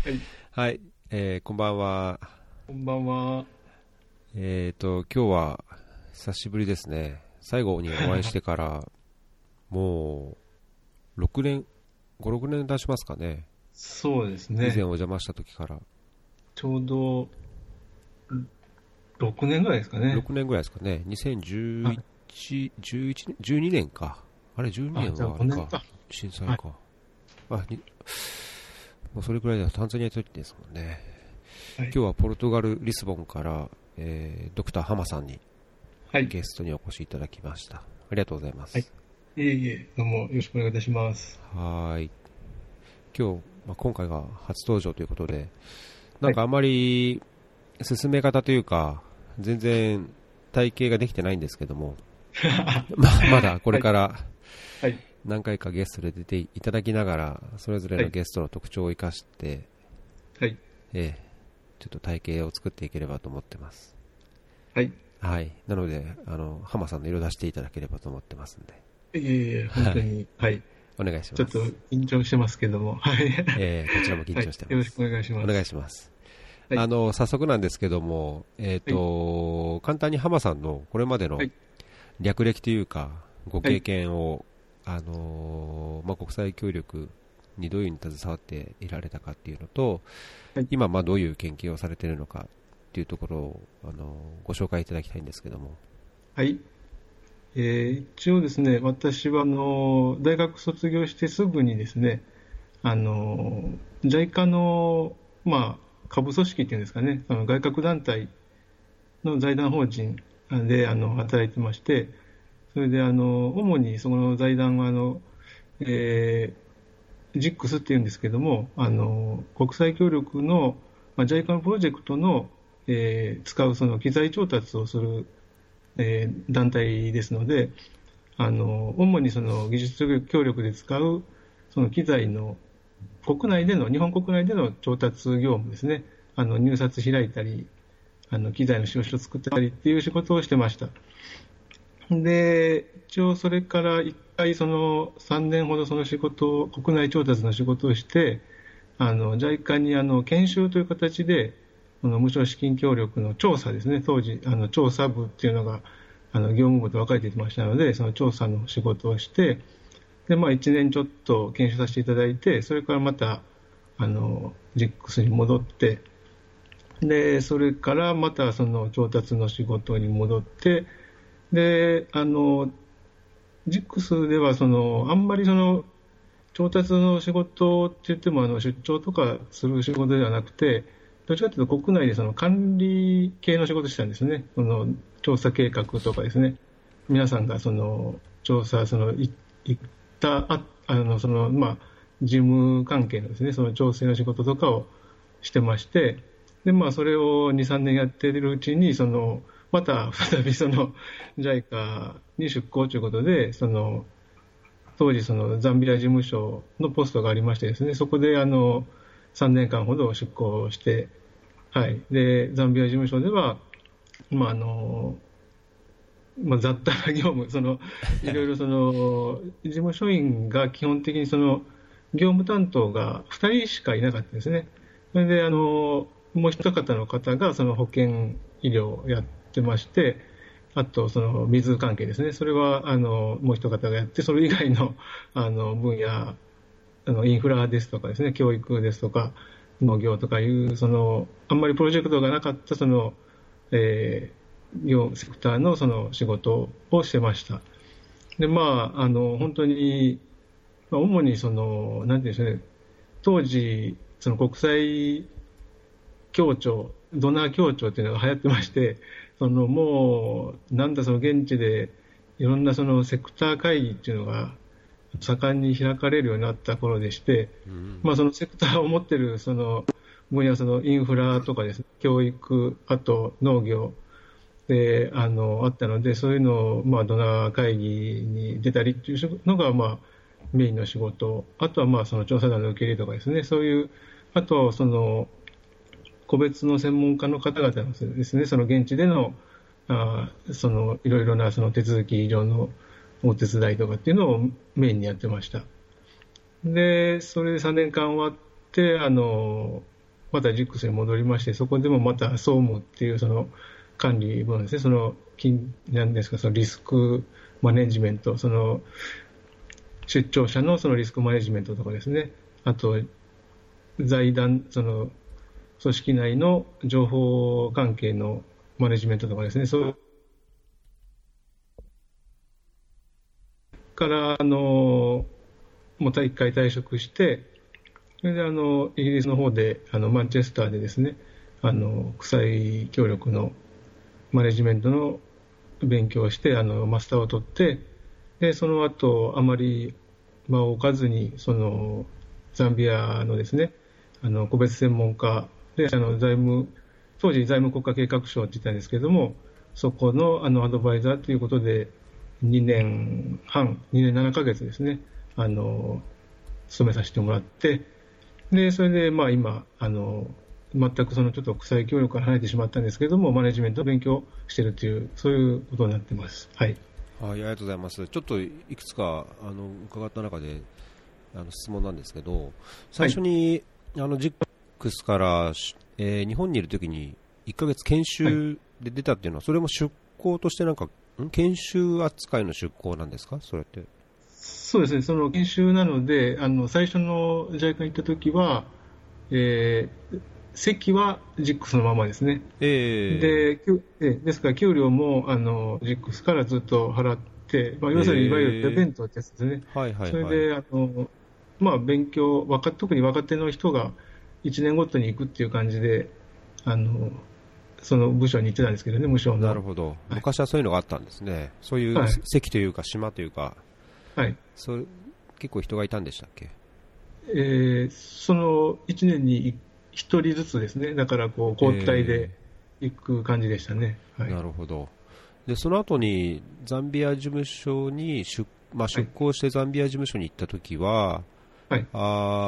はい、 はい、こんばんは。 こんばんは。 今日は久しぶりですね。最後にお会いしてからもう6年、5、6年経ちますかね。 そうです以前ね。 お邪魔した時から。 ちょうど6年ぐらいですかね。 6年ぐらいですかね。 はい。 2011、11年、12年か。あれ、12 あ、 年じゃあはあれか。 5年か。はい。 震災か。もうそれくらいではタンザニアの時ですもんね。 はい。 今日はポルトガル・リスボンから、ドクターハマさんにはい。 ゲストにお越しいただきました。ありがとうございまはい。 す。 いえいえ、どうもよろしくお願いいたします。 はい。今日、今回が初登場ということで、なはい。 んかあまり進め方というか、全然体系ができてないんですけども、まだこはい。 れからはい。 何回かゲストで出ていただきながら、それぞれはい。 のゲストの特徴を生かして、 はい。 ええちょっと体系を作っていければと思ってます。 はい。 はい。なので、浜さんの色出していただければと思ってますんで、 いえいえ、本はい。 当に、はい。 お願いしちょっとます。 緊張してますけども、はい。 こちらも緊はい。 張してます。 よろしくお願いしお願います。 します。 はい。 早速なんですけども、 はい。 簡単に浜さんのこれまでのはい。 略歴というか、ご経はい。 験を、国際協力にどういうふうに携わっていられたかっていうのと、 はい。 今、どういう研究をされているのかっていうところを、ご紹介いただきたいんですけども。 はい。一応ですね、私は大学卒業してすぐにですね、JICA の、下部組織っていうんですかね、外郭団体の財団法人で働いてまして、それで主にその財団はえJICS っていうんですけども、国際協力の、JICA のプロジェクトの、使うその機材調達をする、団体ですので、主にその技術協力で使うその機材の日本国内での調達業務ですね、入札開いたり、機材の使用書を作ったりっていう仕事をしてました。で、一応それから一回その3年ほどその仕事を、国内調達の仕事をして、JICA に研修という形で、無償資金協力の調査ですね、当時、調査部っていうのが、業務部と分かれていましたので、その調査の仕事をして、で、1年ちょっと研修させていただいて、それからまた、JICS に戻って、で、それからまたその調達の仕事に戻って、で、JICS ではあんまり調達の仕事って言っても出張とかする仕事ではなくて、どちらかというと国内でその管理系の仕事をしたんですね。調査計画とかですね。皆さんが調査、行った事務関係のですね、その調整の仕事とかをしてまして、で、それを2、3年やっているうちに、また再びJICA に出向ということで、当時ザンビア事務所のポストがありましてですね、そこで3年間ほど出向して、はい。で、ザンビア事務所では、まあ、あの、雑多な業務、いろいろ事務所員が基本的に業務担当が2人しかいなかったですね。それで、もう一方の方が保健医療をやってまして、あと、水関係ですね。それは、もう一方がやって、それ以外の、分野、インフラですとかですね、教育ですとか、農業とかいう、あんまりプロジェクトがなかった、えセクターの仕事をしてました。で、本当に、主になんていうんですかね、当時、国際協調、ドナー協調っていうのが流行ってまして、もう、なんだ現地でいろんなセクター会議っていうのが盛んに開かれるようになった頃でして、 うん。 そのセクターを持ってる分野、インフラとかですね、教育、あと農業であったので、そういうのを、ドナー会議に出たりっていうのが、メインの仕事、あとは調査団の受け入れとかですね、そういう、あと個別の専門家の方々のですね、現地でのいろいろな手続き上のお手伝いとかっていうのをメインにやってました。で、それで3年間終わって、 またジックスに戻りまして、そこでもまた総務っていうその管理部門ですね、そのなんですか、そのリスクマネジメント、その出張者のそのリスクマネジメントとかですね、あと財団、その組織内の情報関係のマネジメントとかですね、そうからもう一回退職して、それでイギリスの方でマンチェスターでですね、国際協力のマネジメントの勉強をしてマスターを取って、でその後あまり間を置かずにそのザンビアのですね個別専門家で当時財務国家計画省って言ったんですけれども、そこのアドバイザーということで2年半、2年7ヶ月ですね勤めさせてもらって、でそれで今全くそのちょっと国際協力から離れてしまったんですけれども、マネジメントの勉強をしているという、そういうことになっています。はい。 はい、ありがとうございます。ちょっといくつか伺った中で質問なんですけど、最初に、ジックスから、日本にいるときに1ヶ月研修で出たっていうのは、それも出向としてなんか研修扱いの出向なんですか、それって。 そうですね、その研修なので、最初の JICA に行ったときは、席はジックスのままですね。ですから給料もジックスからずっと払って、要するにいわゆるデベントってやつですね。それで勉強、特に若手の人が1年ごとに行くっていう感じで、その部署に行ってたんですけどね、無償の。 なるほど、昔はそういうのがあったんですね。そういう席というか島というか、はい、結構人がいたんでしたっけ。 その1年に1人ずつですね、だからこう交代で行く感じでしたね。 はい、なるほど。でその後にザンビア事務所に出向してザンビア事務所に行ったときは、はい、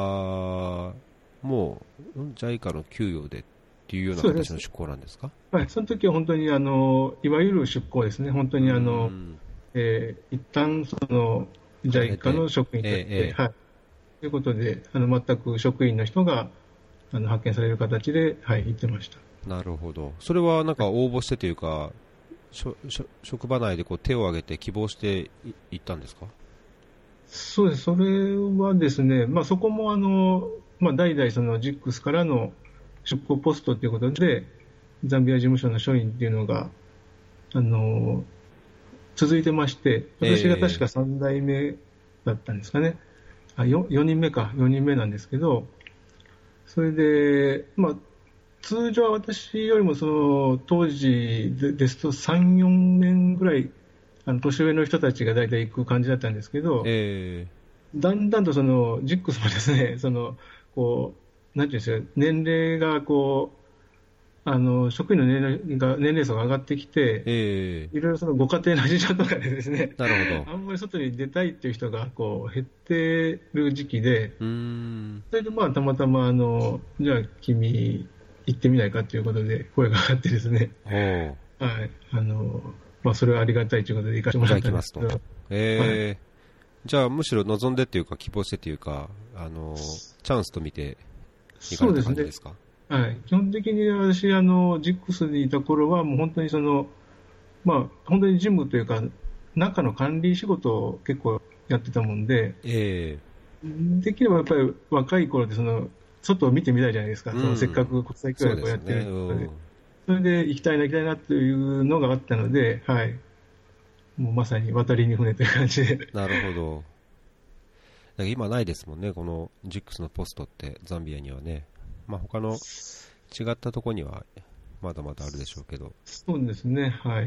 もう JICA の給与でっていうような形の出向なんですか。 はい、その時は本当にいわゆる出向ですね。本当に一旦その JICA の職員として、はい、ということで全く職員の人が派遣される形で、はい、行ってました。 なるほど。それはなんか応募してというか、職場内でこう手を挙げて希望して行ったんですか。 そうです。それはですね、そこも代々そのジックスからの出向ポストということで、ザンビア事務所の署員っていうのが続いてまして、私が確か3代目だったんですかね。4人目なんですけど、それで、通常は私よりもその当時ですと3、4年ぐらい年上の人たちが大体行く感じだったんですけど、だんだんとそのジックスもですね、なんていうんですか、年齢が職員の年齢層が上がってきて、いろいろそのご家庭の事情とかでですね、 なるほど、 あんまり外に出たいっていう人が減ってる時期で、それでたまたまじゃあ君行ってみないかということで声がかかってですね、はい、それはありがたいということで行かせてもらったんですけど、 はい、じゃあむしろ望んでというか希望してというかチャンスと見て行かれた感じですか。 はい、基本的に私ジックスにいた頃はもう本当に本当に事務というか中の管理仕事を結構やってたもんで、できればやっぱり若い頃で外を見てみたいじゃないですか、せっかく国際協力をやってるので、それで行きたいなというのがあったので、はい、もうまさに渡りに船という感じで。 なるほど。だから今ないですもんね、このジックスのポストってザンビアにはね。他の違ったところにはまだまだあるでしょうけど。 そうですね、はい。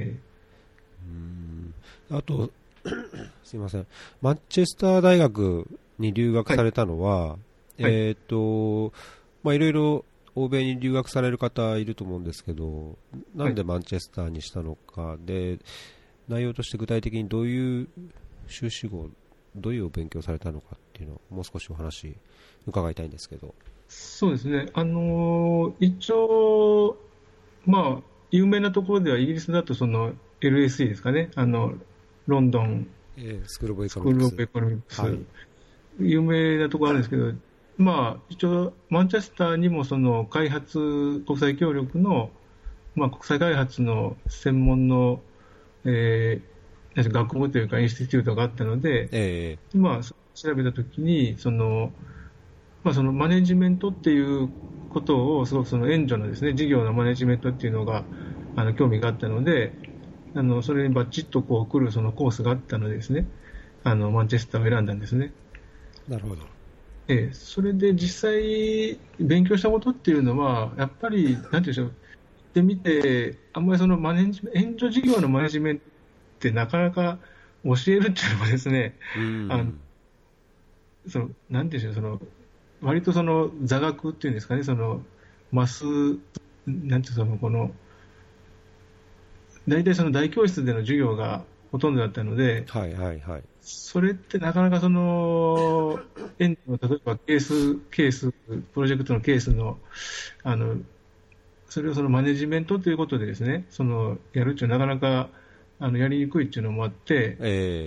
あとすいません、マンチェスター大学に留学されたのは、いろいろ欧米に留学される方いると思うんですけど、なんでマンチェスターにしたのかで、内容として具体的にどういう修士号、どういうお勉強されたのかっていうのをもう少しお話伺いたいんですけど。 そうですね、一応、有名なところではイギリスだとLSE ですかね、ロンドン、 スクールオブエコノミクス、 有名なところあるんですけど、 一応、マンチェスターにもその開発、国際協力の、国際開発の専門の、学部というか、インスティテュートがあったので、調べたときに、そのマネジメントっていうことを、すごくその援助のですね、事業のマネジメントっていうのが、興味があったので、それにバッチッとこう来るそのコースがあったのでですね、マンチェスターを選んだんですね。 なるほど。 それで実際勉強したことっていうのは、やっぱり、なんていうんでしょう、ってみて、あんまりその援助事業のマネジメントってなかなか教えるっていうのもですね、なんていうんでしょう、割とその座学っていうんですかね、なんていう大体その大教室での授業がほとんどだったので、それってなかなか例えばケース、プロジェクトのケースの、それをそのマネジメントということでですね、やるっていうのはなかなかやりにくいっていうのもあって、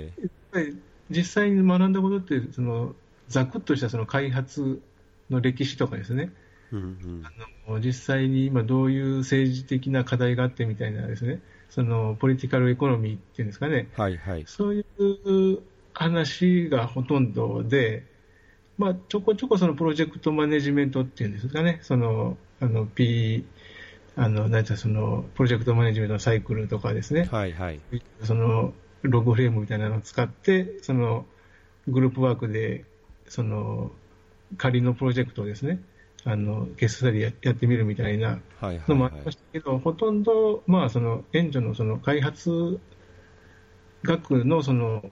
やっぱり実際に学んだことって、ざくっとしたその開発の歴史とかですね、実際に今どういう政治的な課題があってみたいなですね、ポリティカルエコノミーっていうんですかね、そういう話がほとんどで、ちょこちょこそのプロジェクトマネジメントっていうんですかね、なんていうプロジェクトマネジメントのサイクルとかですね、ログフレームみたいなのを使って、グループワークで、仮のプロジェクトをですね、ケーススタディやってみるみたいなのもありましたけど、ほとんど、援助の開発学の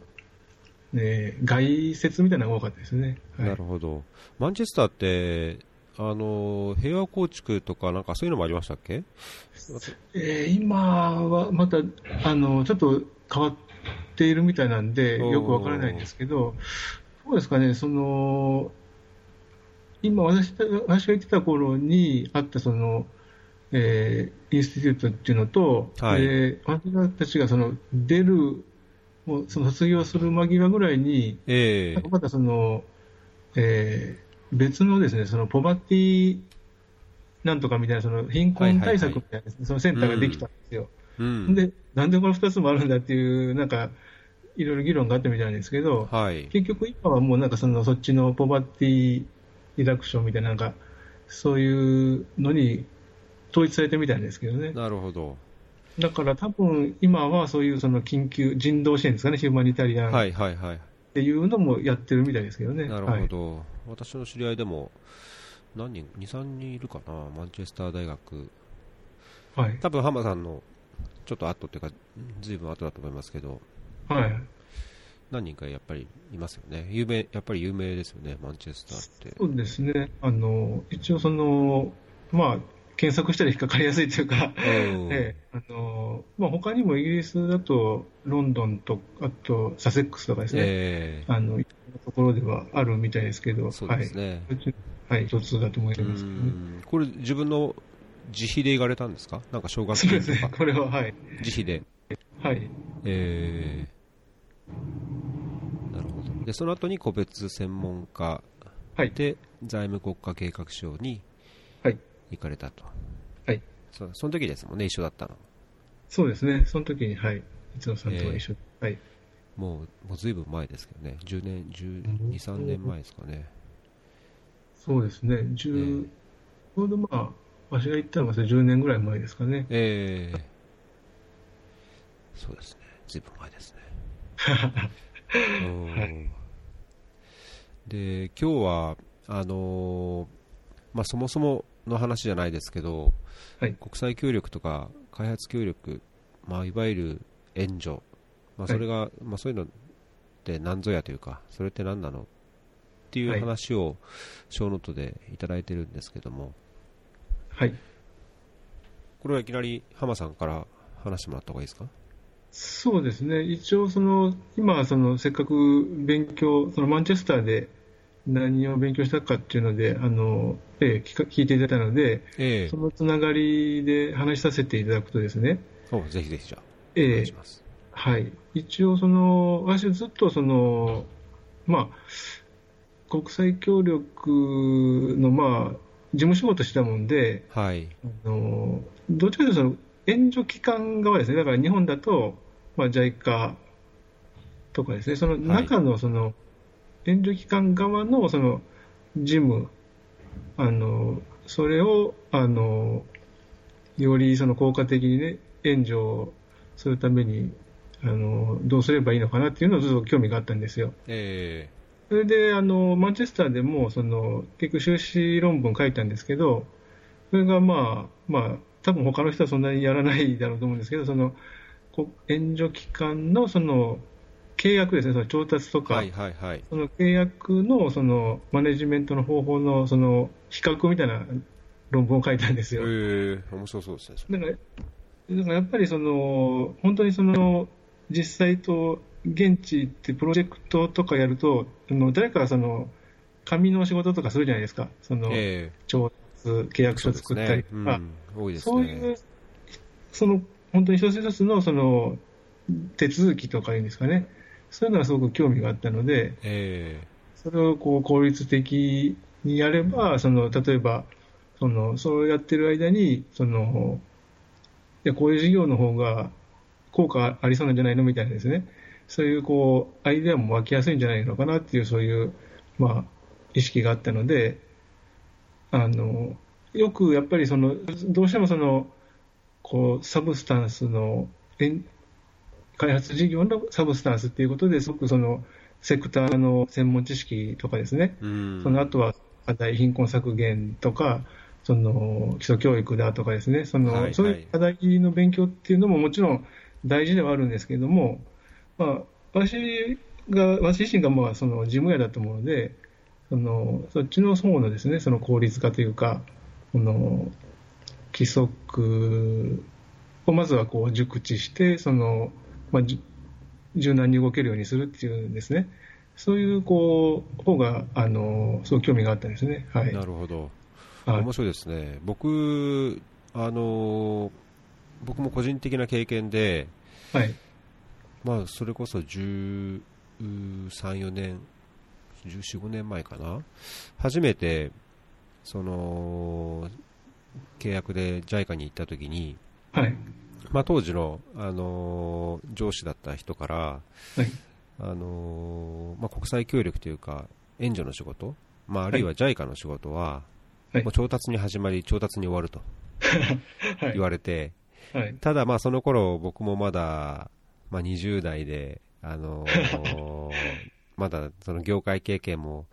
概説みたいなのが多かったですね。 なるほど。マンチェスターって、平和構築とかなんかそういうのもありましたっけ？ 今はまた、ちょっと変わっているみたいなんで、よくわからないんですけど、そうですかね、今私が言ってた頃にあったインスティテュートっていうのと、私たちが出る、もう卒業する間際ぐらいに、また別のですね、ポバティなんとかみたいな、貧困対策みたいなですね、そのセンターができたんですよ。で、なんでこの2つもあるんだっていう、なんか、いろいろ議論があったみたいなんですけど、結局今はもうなんかそっちのポバティリダクションみたいな、なんか、そういうのに統一されてみたいんですけどね。 なるほど。 だから多分今はそういう緊急人道支援ですかね、ヒューマニタリアンっていうのもやってるみたいですけどね。 なるほど。私の知り合いでも何人、2、3人いるかな、マンチェスター大学。多分浜さんのちょっと後っていうか、ずいぶん後だと思いますけど、何人かやっぱりいますよね。やっぱり有名ですよね、マンチェスターって。 そうですね。一応検索したら引っかかりやすいというか、他にもイギリスだとロンドンと、あとサセックスとかですね、いろんなところではあるみたいですけど、 そうですね。 一つだと思いますけどね。 これ自分の自費で行かれたんですか？なんか奨学金とか。そうですね、これは、 自費で。なるほど。で、その後に個別専門家で財務国家計画省に行かれたと。その時ですもんね、一緒だったの。 そうですね、その時に、一野さんとは一緒。 もうずいぶん前ですけどね、10年、12、3年前ですかね。 そうですね、ちょうど私が行ったのが10年ぐらい前ですかね。 そうですね、ずいぶん前ですね。で、今日はそもそもの話じゃないですけど、国際協力とか開発協力、いわゆる援助、それが、そういうのって何ぞやというか、それって何なのっていう話を小ノートでいただいてるんですけども、これはいきなり浜さんから話してもらった方がいいですか？ そうですね、一応今せっかくマンチェスターで何を勉強したかっていうので聞いていただいたので、そのつながりで話しさせていただくとですね、 ぜひぜひじゃあお願いします。 一応私ずっと国国際協力の、まあ、事務仕事したもんで、 はい。 どっちかというとその援助機関側ですね、だから日本だと、まあ、JICA とかですね、そのはい。 中のその援助機関側のその事務、それをよりその効果的に、ね、援助をするためにどうすればいいのかなっていうのをずっと興味があったんですよ。 えそれでマンチェスターでも結局修士論文書いたんですけど、それが多分他の人はそんなにやらないだろうと思うんですけど、援助機関のその契約ですね、その調達とか、 はいはいはい。 その契約のそのマネジメントの方法のその比較みたいな論文を書いたんですよ。 面白そうですね、それ。 だからやっぱり本当に実際と現地行ってプロジェクトとかやると、誰かが紙の仕事とかするじゃないですか、 え調達、契約そう書作ったりですね。 とか、 うん。多いですね。 そういう、その本当に一つ一つの手続きとかいうんですかね、そういうのがすごく興味があったので、 えそれをこう効率的にやれば、例えば、そうやってる間に、いやこういう事業の方が効果ありそうなんじゃないのみたいなですね、そういうアイデアも湧きやすいんじゃないのかなっていう、そういう、まあ、意識があったので、あのよくやっぱりどうしてもサブスタンスの開発事業のサブスタンスっていうことですごくセクターの専門知識とかですね、 うん。 あとは課題、貧困削減とか、基礎教育だとかですね、そういうはいはい。 課題の勉強っていうのももちろん大事ではあるんですけれども、まあ、私自身が事務屋だと思うので、そっちの方のですね、その効率化というか、この規則をまずは熟知して、柔軟に動けるようにするっていうんですね。そういう方がすごく興味があったんですね。はい。 なるほど。 はい。 面白いですね。あのー僕も個人的な経験で、 はい。 まあ、それこそ13、4年、14、5年前かな。初めて、その、契約で JICA に行った時に、 はい。 まあ、当時の、上司だった人から、 はい。 まあ、国際協力というか、援助の仕事、まあ、あるはい。 いは JICA の仕事は、 はい。 もう調達に始まり、調達に終わると言はい。 われて、 はい。 ただ、まあ、その頃僕もまだ、まあ、20代で、まだその業界経験も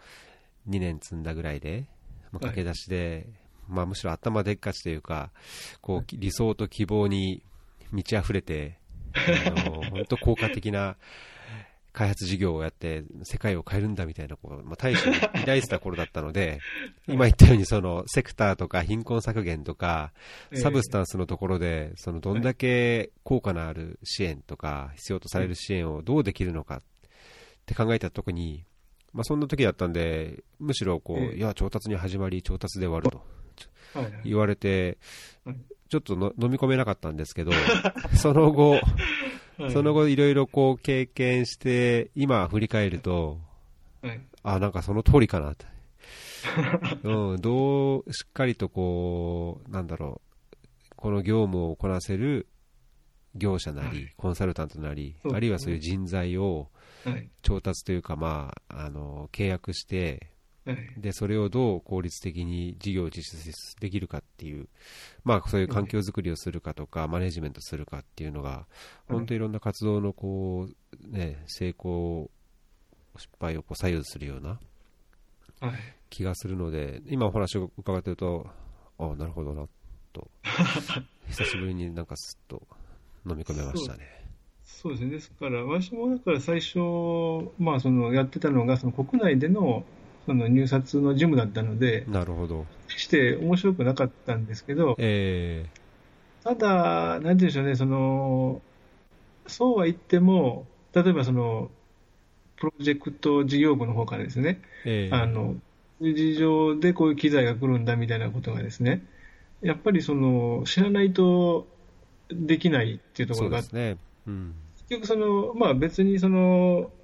2年積んだぐらいで、まあ、 はい。 駆け出しで、まあ、むしろ頭でっかちというか、こう理想と希望に満ち溢れて、本当効果的な開発事業をやって世界を変えるんだみたいなまあ、大志を抱いてた頃だったので、今言ったようにそのセクターとか貧困削減とかサブスタンスのところでどんだけ効果のある支援とか必要とされる支援をどうできるのかって考えた時に、まあ、そんな時だったんで、むしろいや調達に始まり調達で終わるとはい。 言われて、 はい。 ちょっと飲み込めなかったんですけど、その後はい。 その後いろいろ経験して今振り返ると、 はい。 なんかその通りかなと。うん、しっかりとなんだろう、この業務をこなせる業者なはい。 り、コンサルタントなり、あるいはそういうそうですね。 人材をはい。 調達というか、契約して、 はい。 で、それをどう効率的に事業を実施できるかっていう、まあ、そういう環境づくりをするかとか、マネジメントするかっていうのが、 はい。 本当いろんな活動の成功、失敗を左右するようなはい。 気がするので、今お話を伺っていると、なるほどなと、久しぶりになんかすっと飲み込めまそう、 したね。 そうですね。ですから、私もだから最初、やってたのが、国内での、入札の事務だったので、 なるほど。 決して面白くなかったんですけど、 えただ、なんて言うんでしょうね、そうは言っても、例えばプロジェクト事業部の方からですね、あえの、こういう事情でこういう機材が来るんだみたいなことがですね、やっぱり知らないとできないっていうとこそうろがあって、 ですね。うん。 結局別に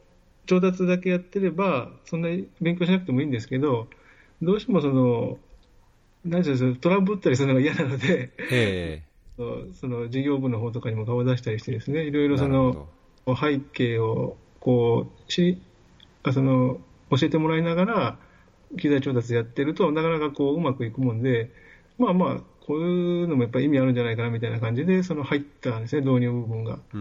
調達だけやってれば、そんなに勉強しなくてもいいんですけど、どうしても何でしょう、トラブったりするのが嫌なので、 えその事業部の方とかにも顔を出したりしてですね、いろいろなるほど。 背景をこう教えてもらいながら、機材調達やってると、なかなかうまくいくもんで、まあまあ、こういうのもやっぱり意味あるんじゃないかなみたいな感じで、入ったんですね、導入部分が。 うん。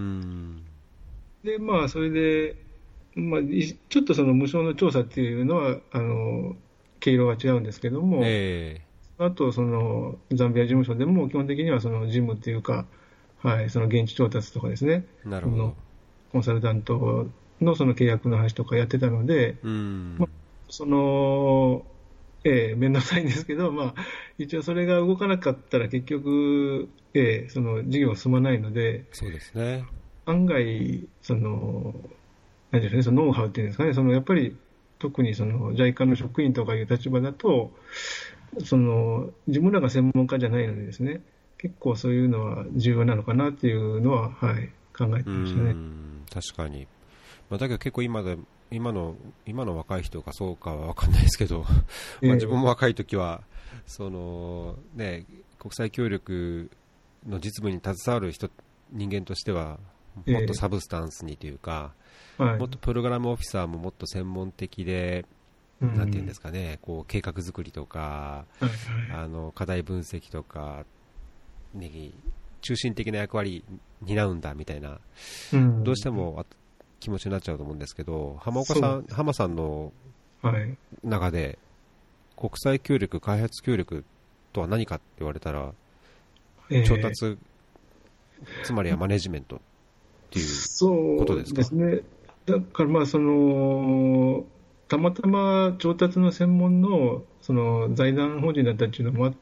で、まあ、それで、まあ、ちょっとその無償の調査っていうのは、毛色が違うんですけども、 えあと、ザンビア事務所でも基本的にはその事務っていうか、はい、その現地調達とかですね、 なるほど。 コンサルタントのその契約の話とかやってたので、 うん。 まあ、その、面倒くさいんですけど、まあ、一応それが動かなかったら結局、その事業は進まないので、 そうですね。 案外、なんでしょうね、そのノウハウっていうんですかね、やっぱり特にJICA の職員とかいう立場だと、自分らが専門家じゃないのでですね、結構そういうのは重要なのかなっていうのは、はい、考えてましたね。 確かに。まあ、だけど結構今の若い人がそうかは分かんないですけど、まあ自分も若い時は国際協力の実務に携わる人間としてはもっとサブスタンスにというか、 はい、 もっとプログラムオフィサーももっと専門的で、なんていうんですかね、計画作りとか、課題分析とかに中心的な役割担うんだみたいな、どうしても気持ちになっちゃうと思うんですけど、浜さんの中で国際協力、開発協力とは何かって言われたら、調達、つまりはマネジメントっていうことですか？ そうですね。だからまあたまたま調達の専門の財団法人だったっていうのもあって、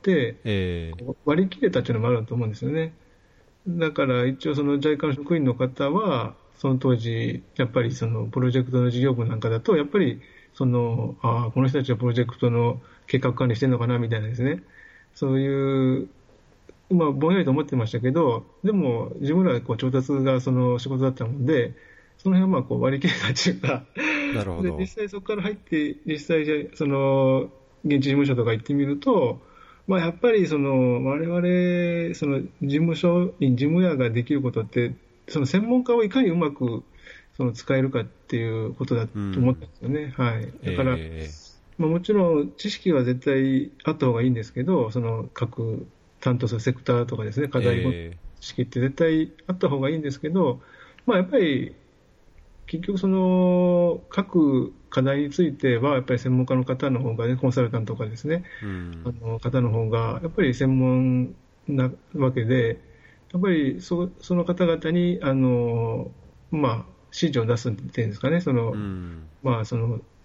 割り切れたっていうのもあると思うんですよね。だから一応JICA の職員の方は、その当時、やっぱりプロジェクトの事業部なんかだと、やっぱりこの人たちはプロジェクトの計画管理してるのかなみたいなですね、そういう、まあ、ぼんやりと思ってましたけど、でも自分らは調達がその仕事だったので、その辺はまあ割り切れたというか、 なるほど。 で実際そこから入って、実際現地事務所とか行ってみると、まあ、やっぱり我々、事務所員、事務屋ができることって、専門家をいかにうまく使えるかっていうことだと思ったんですよね。はい。だから、まあ、もちろん知識は絶対あった方がいいんですけど、各担当するセクターとかですね、課題の知識って絶対あった方がいいんですけど、まあ、やっぱり結局各課題についてはやっぱり専門家の方の方がね、コンサルタントとかですね、方の方がやっぱり専門なわけで、やっぱりその方々にまあ、指示を出すっていうんですかね、まあ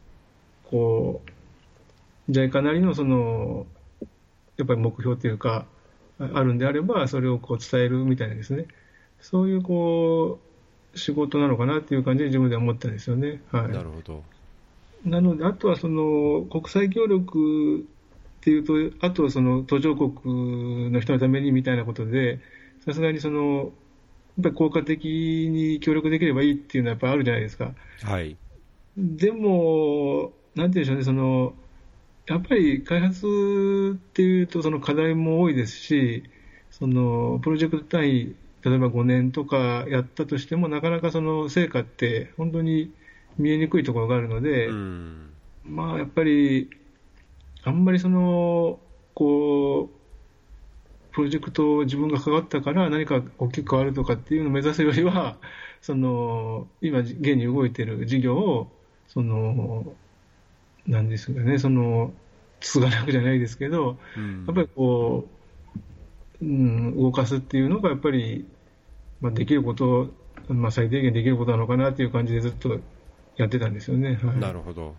JICA なりのやっぱり目標というかあるんであれば、それを伝えるみたいなですね、そういう仕事なのかなっていう感じで自分では思ったんですよね。はい。 なるほど。 なので、あとは国際協力っていうと、あとは途上国の人のためにみたいなことで、さすがにやっぱり効果的に協力できればいいっていうのはやっぱあるじゃないですか。 はい。 でも、なんていうんでしょうね、やっぱり開発っていうと課題も多いですし、プロジェクト単位、例えば5年とかやったとしても、なかなか成果って本当に見えにくいところがあるので、まあやっぱり、あんまりプロジェクトを自分が関わったから何か大きく変わるとかっていうのを目指すよりは、今、現に動いている事業を、なんですかね、継がなくじゃないですけど、やっぱり動かすっていうのがやっぱり、まあ、できることを、まあ、最低限できることなのかなっていう感じでずっとやってたんですよね。はい、 なるほど。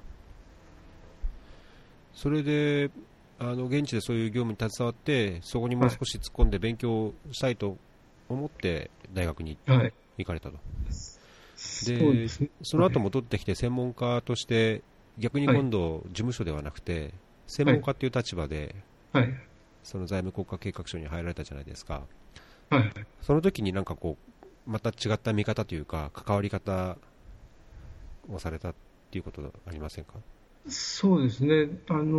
それで現地でそういう業務に携わって、そこにもう少し突っ込んで勉強したいと思って大学に行かれたと。で、その後戻ってきて専門家として逆に今度事務所ではなくて専門家という立場で、その財務国家計画書に入られたじゃないですか。その時になんかまた違った見方というか関わり方をされたっていうことはありませんか？ そうですね。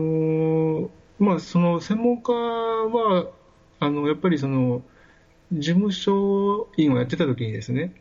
その専門家は、やっぱりその、事務所員をやってた時にですね、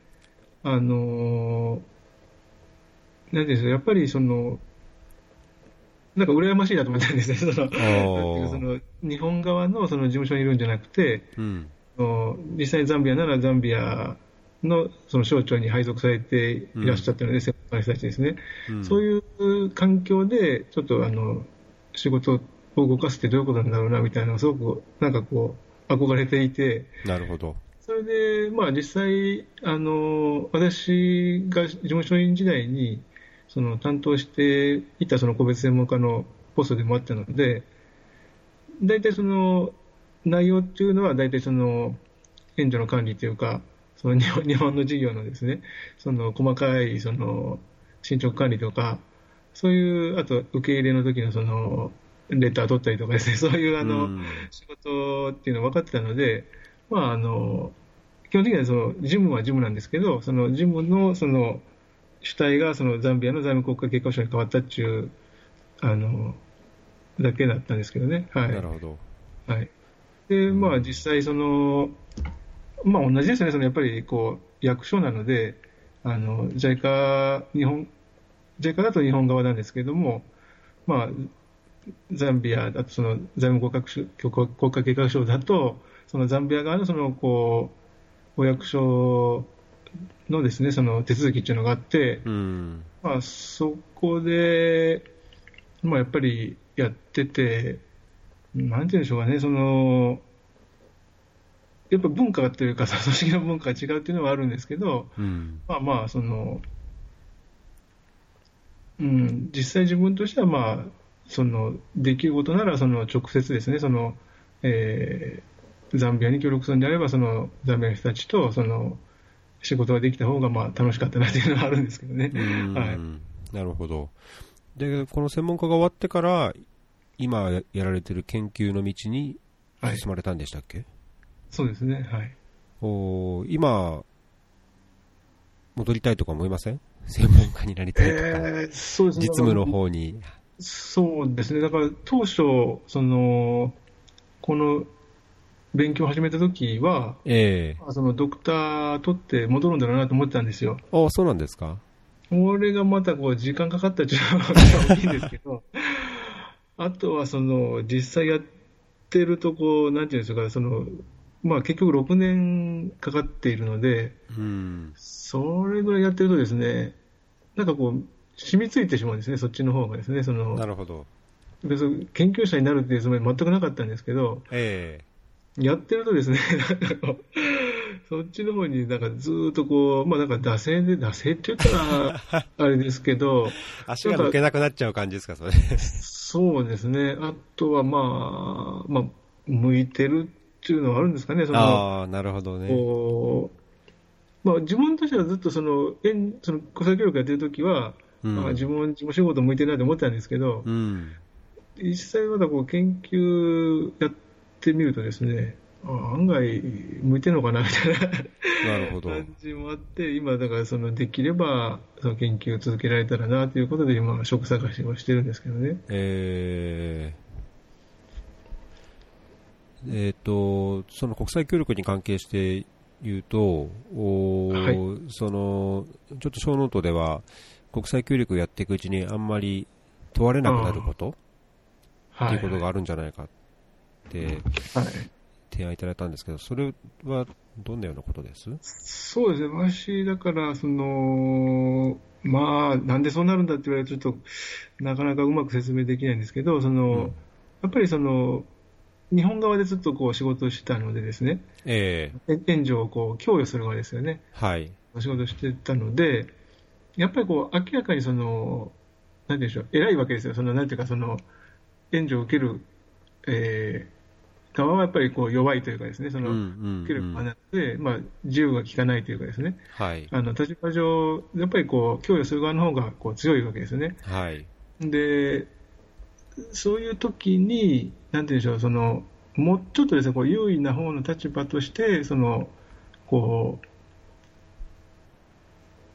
なんていうんですか、やっぱりその、なんか羨ましいなと思ったんですね。なんていうかその、日本側のその事務所にいるんじゃなくて、 うん。 実際にザンビアならザンビアのその省庁に配属されていらっしゃったので、専門家の人たちですね。 うん。 そういう環境で、ちょっと仕事を動かすってどういうことなんだろうな、みたいなのをすごく、なんかこう、憧れていて、 なるほど。 それで、まあ実際、私が事務所員時代に、その担当していたその個別専門家のポストでもあったので、大体その内容っていうのは、大体その援助の管理というか、その日本の事業のですね、その細かいその進捗管理とか、そういう、あと受け入れの時のそのレター取ったりとかですね、そういううん。 仕事っていうのが分かってたので、まあ基本的にはその事務は事務なんですけど、その事務のその主体がそのザンビアの財務国家計画書に変わったっていうあのだけだったんですけどね。はい。 なるほど。 はい。で、まあうん。 実際その、まあ同じですね。そのやっぱりこう役所なので、JICA JICA だと日本側なんですけれども、まあザンビア、あとその財務国家計画書だと、そのザンビア側のそのこうお役所のですね、その手続きっていうのがあって、 うん。 まあそこで、まあやっぱりやってて、なんていうんでしょうかね、その、やっぱ文化というか、その組織の文化が違うっていうのはあるんですけど、 うん。 まあまあ、その、うん、実際自分としては、まあ、その、できることなら、その、直接ですね、その、ザンビアに協力するんであれば、その、ザンビアの人たちと、その、仕事ができた方が、まあ、楽しかったなっていうのはあるんですけどね。 うはい。 ん。なるほど。で、この専門家が終わってから、今やられている研究の道にはい。 進まれたんでしたっけ？ そうですね。はい。 今、戻りたいとか思いません？専門家になりたいとか、 そうですね。だから、 実務の方に。 そうですね。だから、当初、その、この勉強を始めた時は、 ええ。 そのドクター取って戻るんだろうなと思ってたんですよ。 そうなんですか？ これがまたこう時間かかったっていうのが大きいんですけど、あとはその実際やってるとこう、なんていうんですか、その、まあ結局6年かかっているので、 うん。 それぐらいやってるとですね、なんかこう、染みついてしまうんですね、そっちの方がですね、その、 なるほど。 別に研究者になるっていうつもり全くなかったんですけど、 ええ。 やってるとですね、なんかこうそっちの方になんかずーっとこう、まあなんか惰性って言ったらあれですけど、 足が抜なんかけなくなっちゃう感じですか、それ。 そうですね、あとはまあ、向いてるっていうのはあるんですかね、その、 ああ、なるほどね。 こまあ自分としてはずっとその国際協力やってる時は、自うん。 分事務仕事向いてるなと思ってたんですけど、 うん。 実際まだこう研究やってみるとですね、案外向いてるのかなみたいななるほど。 感じもあって、今だからそのできればその研究を続けられたらなということで今職探しをしてるんですけどね。 えその国際協力に関係して言うと、 はい。 ちょっと小ノートでは、国際協力をやっていくうちにあんまり問われなくなるあことあ、 ってはいはい。 いうことがあるんじゃないかってはい。 提案いただいたんですけど、それはどんなようなことです？ そうですね。私、だから、その、まあ、なんでそうなるんだって言われると、ちょっと、なかなかうまく説明できないんですけど、その、 うん。 やっぱりその、日本側でずっとこう仕事をしてたのでですね、 ええ。 援助をこう供与する側ですよね。 はい。 仕事をしてたので、やっぱりこう明らかにその、なんていうんでしょう、偉いわけですよ。その、なんていうか、その、援助を受ける、側はやっぱりこう弱いというかですね、そうんうの、受ける側んうん。 なので、まあ、自由が利かないというかですね、 はい。 立場上、やっぱりこう、供与する側の方がこう強いわけですよね。 はい。 で、そういう時に、なんていうんでしょう、その、もうちょっとですね、こう優位な方の立場として、その、こ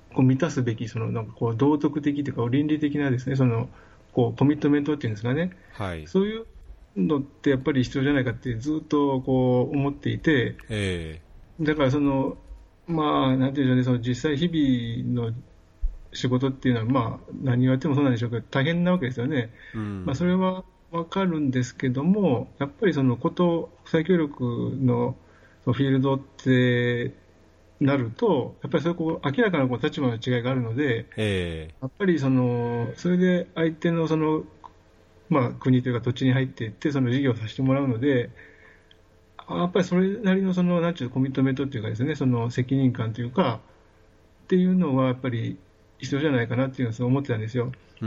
こう満たすべきなんかこう道徳的というか倫理的なですねこうコミットメントっていうんですかね、 はい。 そういうのってやっぱり必要じゃないかってずっとこう思っていて、 えだからまあ、なんていうんでしょうね、実際日々の仕事っていうのは、まあ、何をやってもそうなんでしょうけど、大変なわけですよね。まあ、 うん。 それはわかるんですけども、やっぱり国際協力のそのフィールドってなると、やっぱりそういう明らかな立場の違いがあるので、 えやっぱりそれで相手のまあ、国というか土地に入っていって、その事業をさせてもらうので、やっぱりそれなりのなんていうコミットメントというかですね、責任感というか、っていうのはやっぱり必要じゃないかなっていうのは思ってたんですよ。 うん。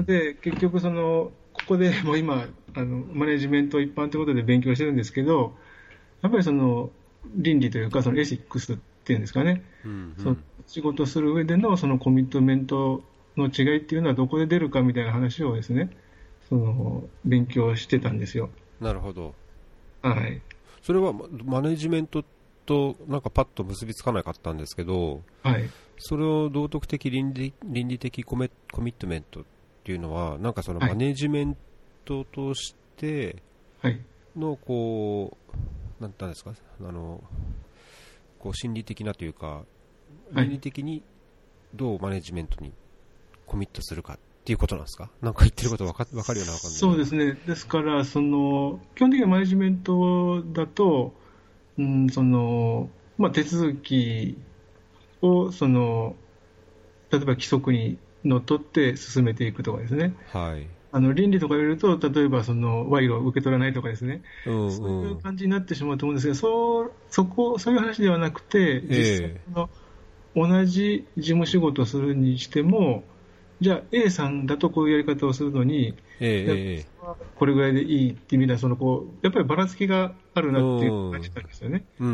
で、結局ここでもう今、マネジメント一般ということで勉強してるんですけど、やっぱり倫理というか、エシックスっていうんですかね、 うん。うそのん。 仕事する上でのコミットメントの違いっていうのはどこで出るかみたいな話をですね、勉強してたんですよ。 なるほど。 はい。 それはマネジメントとなんかパッと結びつかなかったんですけど、 はい。 それを道徳的倫理的コミットメントっていうのは、なんかそのはい。 マネジメントとしてはい。 のこう、なんて言うんですか、こう心理的なというか、倫理はい。 的にどうマネジメントにコミットするかっていうことなんですか？なんか言ってることわかるようなわかんないような。 そうですね。ですから、基本的にはマネジメントだと、うん、まあ、手続きを、例えば規則にのっとって進めていくとかですね。 はい。 倫理とか言われると、例えば賄賂を受け取らないとかですね。 うんそういううん。 感じになってしまうと思うんですけど、そういう話ではなくて、実際え同じ事務仕事をするにしても、じゃあ A さんだとこういうやり方をするのに、 えじゃあえええこれぐらいでいいっていう意味では、やっぱりばらつきがあるうなっていう感じん。 なんですよね。 うんうん。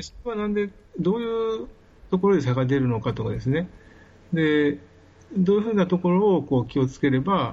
でそれはなんで、どういうところで差が出るのかとかですね。で、どういうふうなところを気をつければ、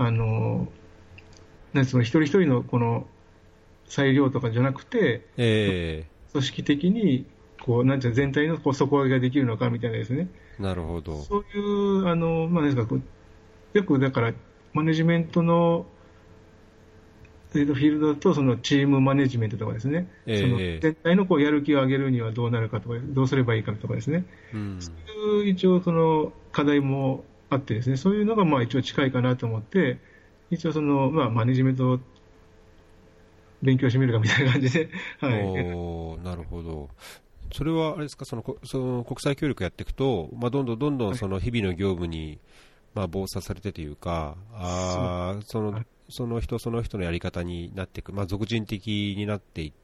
一人一人の裁量とかじゃなくて、 え組織的になんていうの全体の底上げができるのかみたいなですね。 なるほど。 そういう、まあ、なんですか、よくだから、マネジメントの、フィールドだと、チームマネジメントとかですね、 ええ全体のやる気を上げるにはどうなるかとか、どうすればいいかとかですね、 うん。 そういう一応、課題もあってですね、そういうのがまあ一応近いかなと思って、一応まあ、マネジメントを勉強してみるかみたいな感じで、はい。 おー、なるほど。それは、あれですか、その国際協力やっていくと、まあ、どんどんはい。 その日々の業務に、まあ、忙殺されてというか、 そう。はい。 その人その人のやり方になっていく、まあ、俗人的になっていって、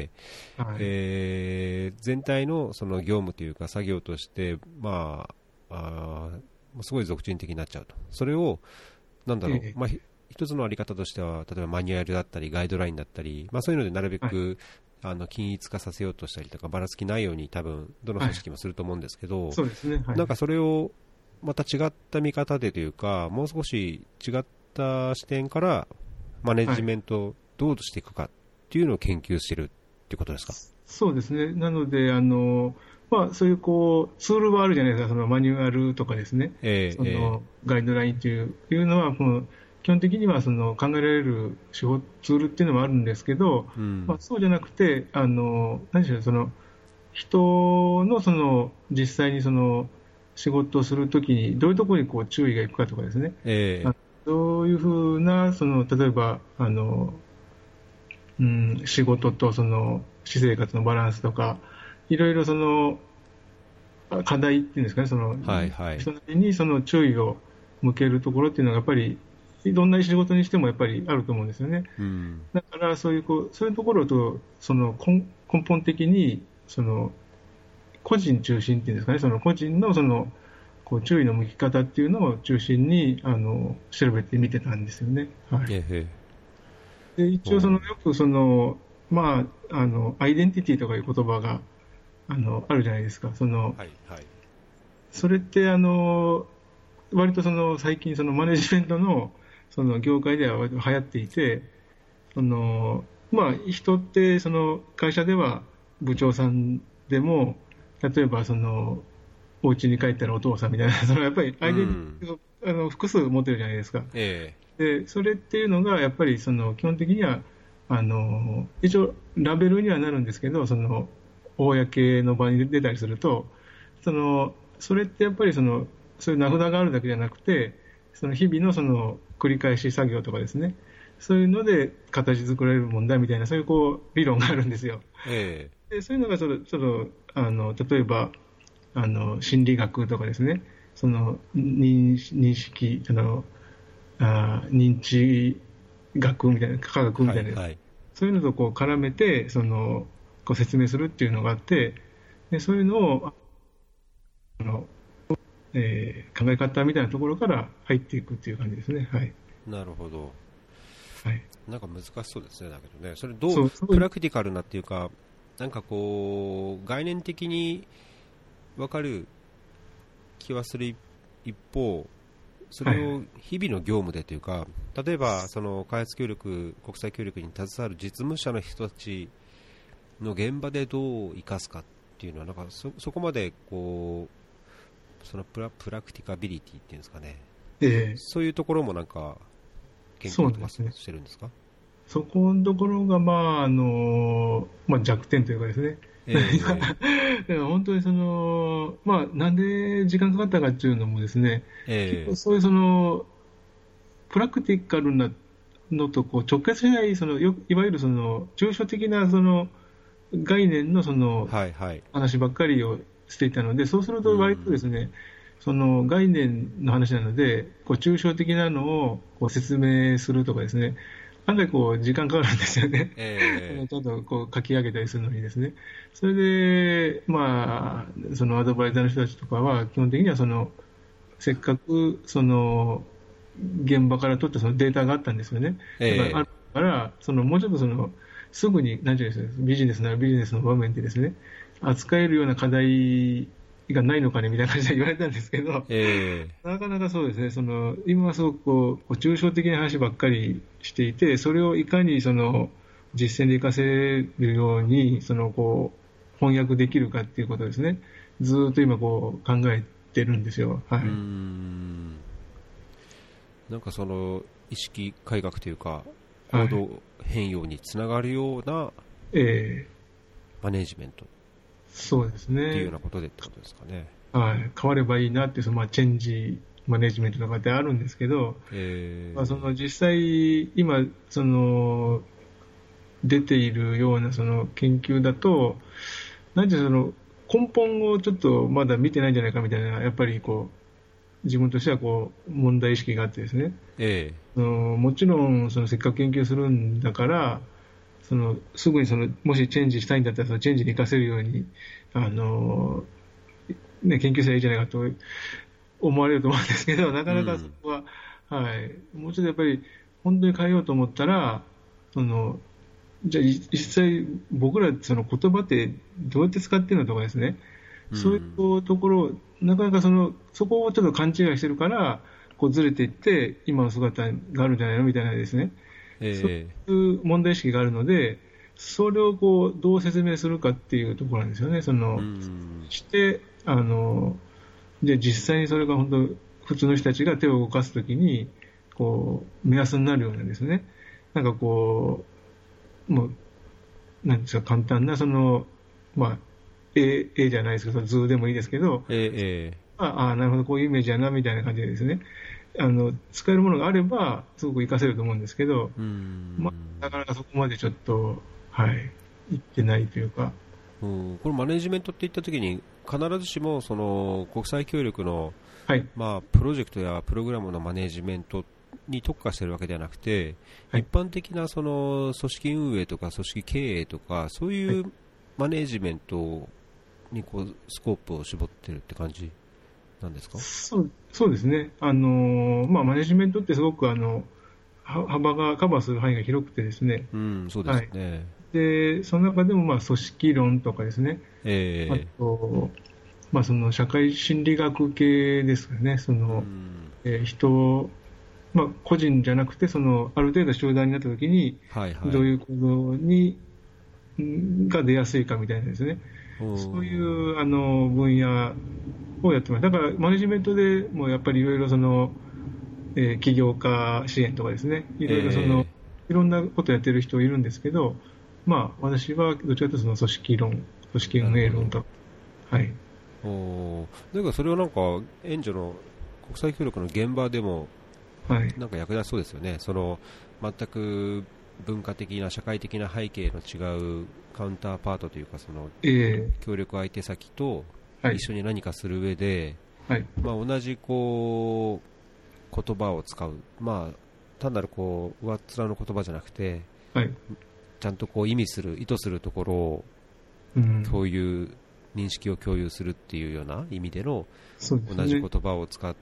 はい。 全体のその業務というか作業として、まあ、すごい俗人的になっちゃうと。それを、なんだろう、 ええ。 まあ、一つのあり方としては、例えばマニュアルだったり、ガイドラインだったり、まあ、そういうのでなるべはい。 く均一化させようとしたりとか、ばらつきないように多分、どのはい。 組織もすると思うんですけど、 そうですね。はい。 なんかそれをまた違った見方でというか、もう少し違った視点からマネはい。 ジメントをどうしていくかっていうのを研究してるっていうことですか？ そうですね。なので、まあ、そういうツールはあるじゃないですか。マニュアルとかですね。 えガイドラインというのは、基本的には考えられるツールっていうのもあるんですけど、まあ、 うん。 そうじゃなくて、何でしょう、人の実際に仕事をするときに、どういうところに注意がいくかとかですね。 えどういうふうな、例えば、うん、仕事と私生活のバランスとか、いろいろ課題っていうんですかね、 はいはい。 人なりに注意を向けるところっていうのがやっぱり、どんな仕事にしてもやっぱりあると思うんですよね。 うん。 だからそういうところと根本的に個人中心っていうんですかね、個人の注意の向き方っていうのを中心に調べてみてたんですよね。はい。 ええ。 で、一応よくまあ、アイデンティティとかいう言葉が、あるじゃないですか。 はいはい。 それって、割と最近マネジメントの、業界では割と流行っていて、まあ、人って、会社では部長さんでも、例えばお家に帰ったらお父さんみたいな、やっぱりアイデンティティを、複数持ってるじゃないですか。でそれっていうのがやっぱり基本的には一応ラベルにはなるんですけど、公の場に出たりすると、それってやっぱりそういう名札があるだけじゃなくて、日々の繰り返し作業とかですね、そういうので形作られる問題みたいな、そういう理論があるんですよ。でそういうのが例えば心理学とかですね、認識認知学みたいな、科学みたいな、そういうのと絡めて説明するっていうのがあって、でそういうのを考え方みたいなところから入っていくっていう感じですね。はい、 なるほど。 はい、 なんか難しそうですね。だけどね、それどうプラクティカルなっていうか、なんか概念的に分かる気はする一方、それを日々の業務でというか、例えば開発協力、国際協力に携わる実務者の人たちの現場でどう生かすかっていうのは、なんかそこまでプラクティカビリティっていうんですかね、そういうところもなんか研究とかしてるんですか？ そこのところが、弱点というかですね、本当になんで時間かかったかっていうのもですね、そういうプラクティカルなのと直結しない、いわゆる抽象的な概念の話ばっかりをしていたので、そうすると割とですね、概念の話なので、抽象的なのを説明するとかですね、案外時間かかるんですよね。ちゃんと書き上げたりするのにですね。それで、アドバイザーの人たちとかは、基本的にはせっかく現場から取ったデータがあったんですよね。だからあるから、もうちょっとすぐに、なんていうんですか、ビジネスならビジネスの場面でですね、扱えるような課題がないのかねみたいな感じで言われたんですけど、なかなかそうですね、今はすごく抽象的な話ばっかりしていて、それをいかに実践で活かせるように翻訳できるかっていうことですね、ずっと今考えてるんですよ。はい、 なんか意識改革というか行動変容につながるようなマネジメント、 そうですね。 っていうようなことでってことですかね。 はい、変わればいいなっていうチェンジマネジメントとかってあるんですけど、実際今出ているような研究だと、なんて根本をちょっとまだ見てないんじゃないかみたいな、やっぱり自分としては問題意識があってですね、もちろんせっかく研究するんだからすぐにもしチェンジしたいんだったらチェンジに生かせるように研究すればいいじゃないかと思われると思うんですけど、なかなかそこは、もうちょっとやっぱり本当に変えようと思ったらじゃあ実際僕ら言葉ってどうやって使ってるのとかですね、そういうところなかなかそこをちょっと勘違いしてるからずれていって今の姿があるんじゃないのみたいなですね、そういう問題意識があるので、それをどう説明するかっていうところなんですよね。してで実際にそれが本当普通の人たちが手を動かすときに目安になるようなですね、なんかもうなんですか、簡単な絵じゃないですけど図でもいいですけど、なるほどこういうイメージやなみたいな感じでですね、使えるものがあればすごく活かせると思うんですけど、なかなかそこまでちょっといってないというか。 これマネジメントっていったときに必ずしも国際協力の、プロジェクトやプログラムのマネジメントに特化しているわけではなくて、一般的な組織運営とか組織経営とかそういうマネジメントにスコープを絞っているって感じなんですか？ そうですね。マネジメントってすごく幅がカバーする範囲が広くてですね。 そうですね。 でその中でも組織論とかですね、あと、社会心理学系ですかね、人、個人じゃなくてある程度集団になったときに、どういう行動が出やすいかみたいなですね、そういう分野をやってます。だからマネジメントでもやっぱりいろいろその、起業家支援とかですね、いろいろその、いろんなことやってる人いるんですけど、まあ私はどちらかというとその組織論、組織運営論と、はい。 だからそれはなんか援助の国際協力の現場でもなんか役立ちそうですよね。その全く文化的な社会的な背景の違うカウンターパートというか、その協力相手先と一緒に何かする上で、まあ同じこう言葉を使う、まあ単なるこう上っ面の言葉じゃなくて、ちゃんとこう意図するところを共有、認識を共有するっていうような意味での同じ言葉を使って、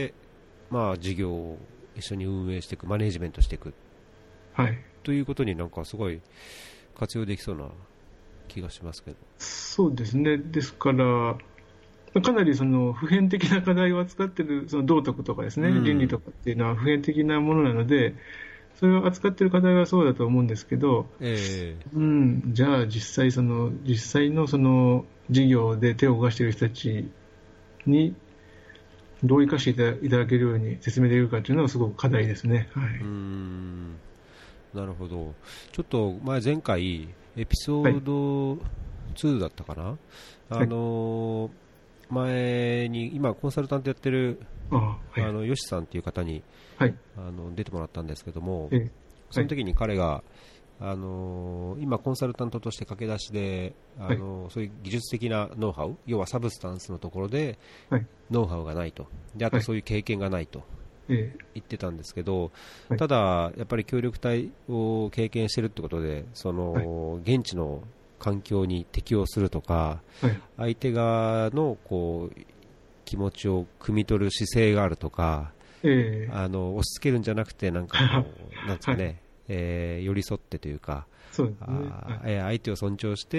まあ事業を一緒に運営していく、マネジメントしていく、ということになんかすごい活用できそうな気がしますけど。 そうですね。ですからかなりその普遍的な課題を扱っているその道徳とかですね、倫理とかっていうのは普遍的なものなので、それを扱っている課題はそうだと思うんですけど、じゃあ実際のその事業で手を動かしている人たちにどう生かしていただけるように説明できるかというのはすごく課題ですね。 なるほど。ちょっと前回エピソード2だったかな、前に今コンサルタントやってるヨシさんという方に、出てもらったんですけども、その時に彼が今コンサルタントとして駆け出しでそういう技術的なノウハウ、要はサブスタンスのところでノウハウがないと、であとそういう経験がないと言ってたんですけど、ただやっぱり協力隊を経験してるってことで、その現地の環境に適応するとか、相手側のこう気持ちを汲み取る姿勢があるとか、押し付けるんじゃなくてなんかこうなんですかね、寄り添ってというか、相手を尊重して、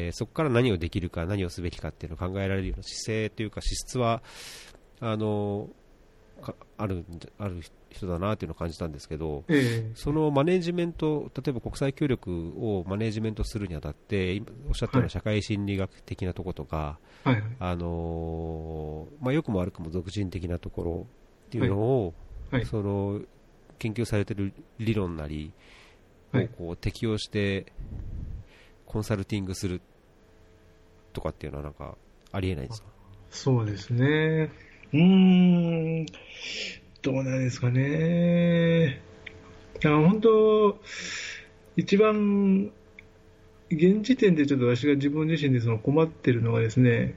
そこから何をできるか何をすべきかっていうのを考えられるような姿勢というか資質はある人だなというのを感じたんですけど、そのマネジメント、例えば国際協力をマネジメントするにあたって今おっしゃったような社会心理学的なところとか、良くも悪くも俗人的なところっていうのを、その研究されている理論なりをこう適用してコンサルティングするとかっていうのはなんかありえないですか？ そうですね。どうなんですかね。本当一番現時点でちょっと私が自分自身でその困っているのがですね、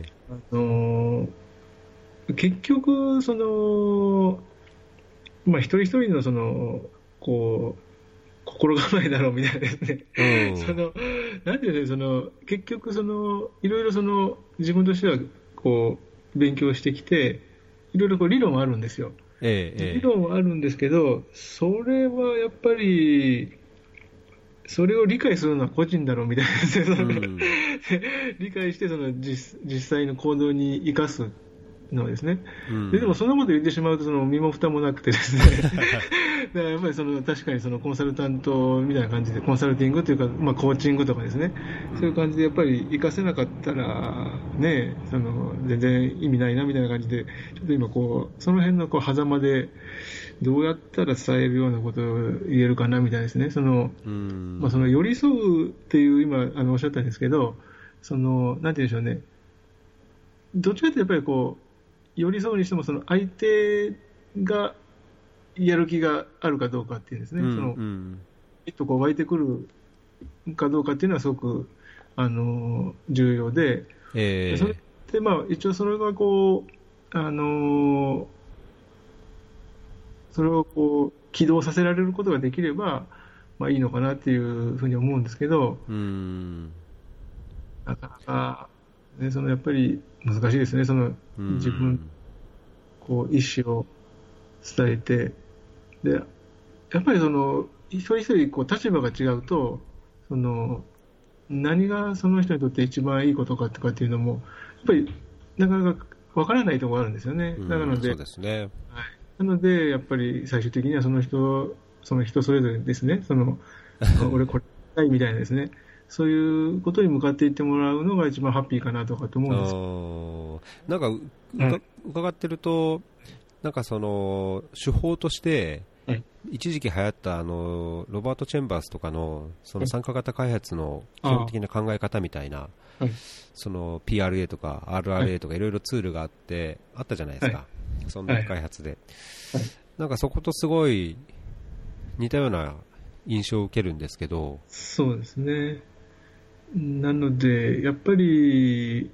結局その一人一人のそのこう心構えだろうみたいなですね。なんていうの、その結局そのいろいろその自分としてはこう勉強してきて、いろいろこう理論はあるんですよ。理論はあるんですけど、それはやっぱりそれを理解するのは個人だろうみたいなですね。理解してその実際の行動に生かすのですね。でもそんなこと言ってしまうとその身も蓋もなくてですね。だからやっぱり確かにそのコンサルタントみたいな感じでコンサルティングというか、コーチングとかですね、そういう感じでやっぱり活かせなかったらね、全然意味ないなみたいな感じで、ちょっと今その辺の狭間でどうやったら伝えるようなことを言えるかなみたいですね。その寄り添うっていう今おっしゃったんですけど、なんて言うんでしょうね。どっちかというとやっぱり寄り添うにしても相手がやる気があるかどうかっていうんですね、湧いてくるかどうかっていうのはすごく重要で、それで一応それがそれを起動させられることができれば、いいのかなっていうふうに思うんですけど、なかなか、ね、やっぱり難しいですね、自分意思を伝えて、でやっぱり一人一人立場が違うと何がその人にとって一番いいことかとかっていうのもやっぱりなかなかわからないところがあるんですよね。なので、 そうですね。 なのでやっぱり最終的にはその人それぞれですね、俺これしたいみたいなですね、そういうことに向かっていってもらうのが一番ハッピーかなとかと思うんです。 なんか伺ってると、なんかその手法として、 はい、 一時期流行ったロバート・チェンバースとかのその参加型開発の基本的な考え方みたいな、 はい、 その PRA とか RRA とかいろいろツールがあったじゃないですか、はい、そんな開発で、はい、なんかそことすごい似たような印象を受けるんですけど。 そうですね。なのでやっぱり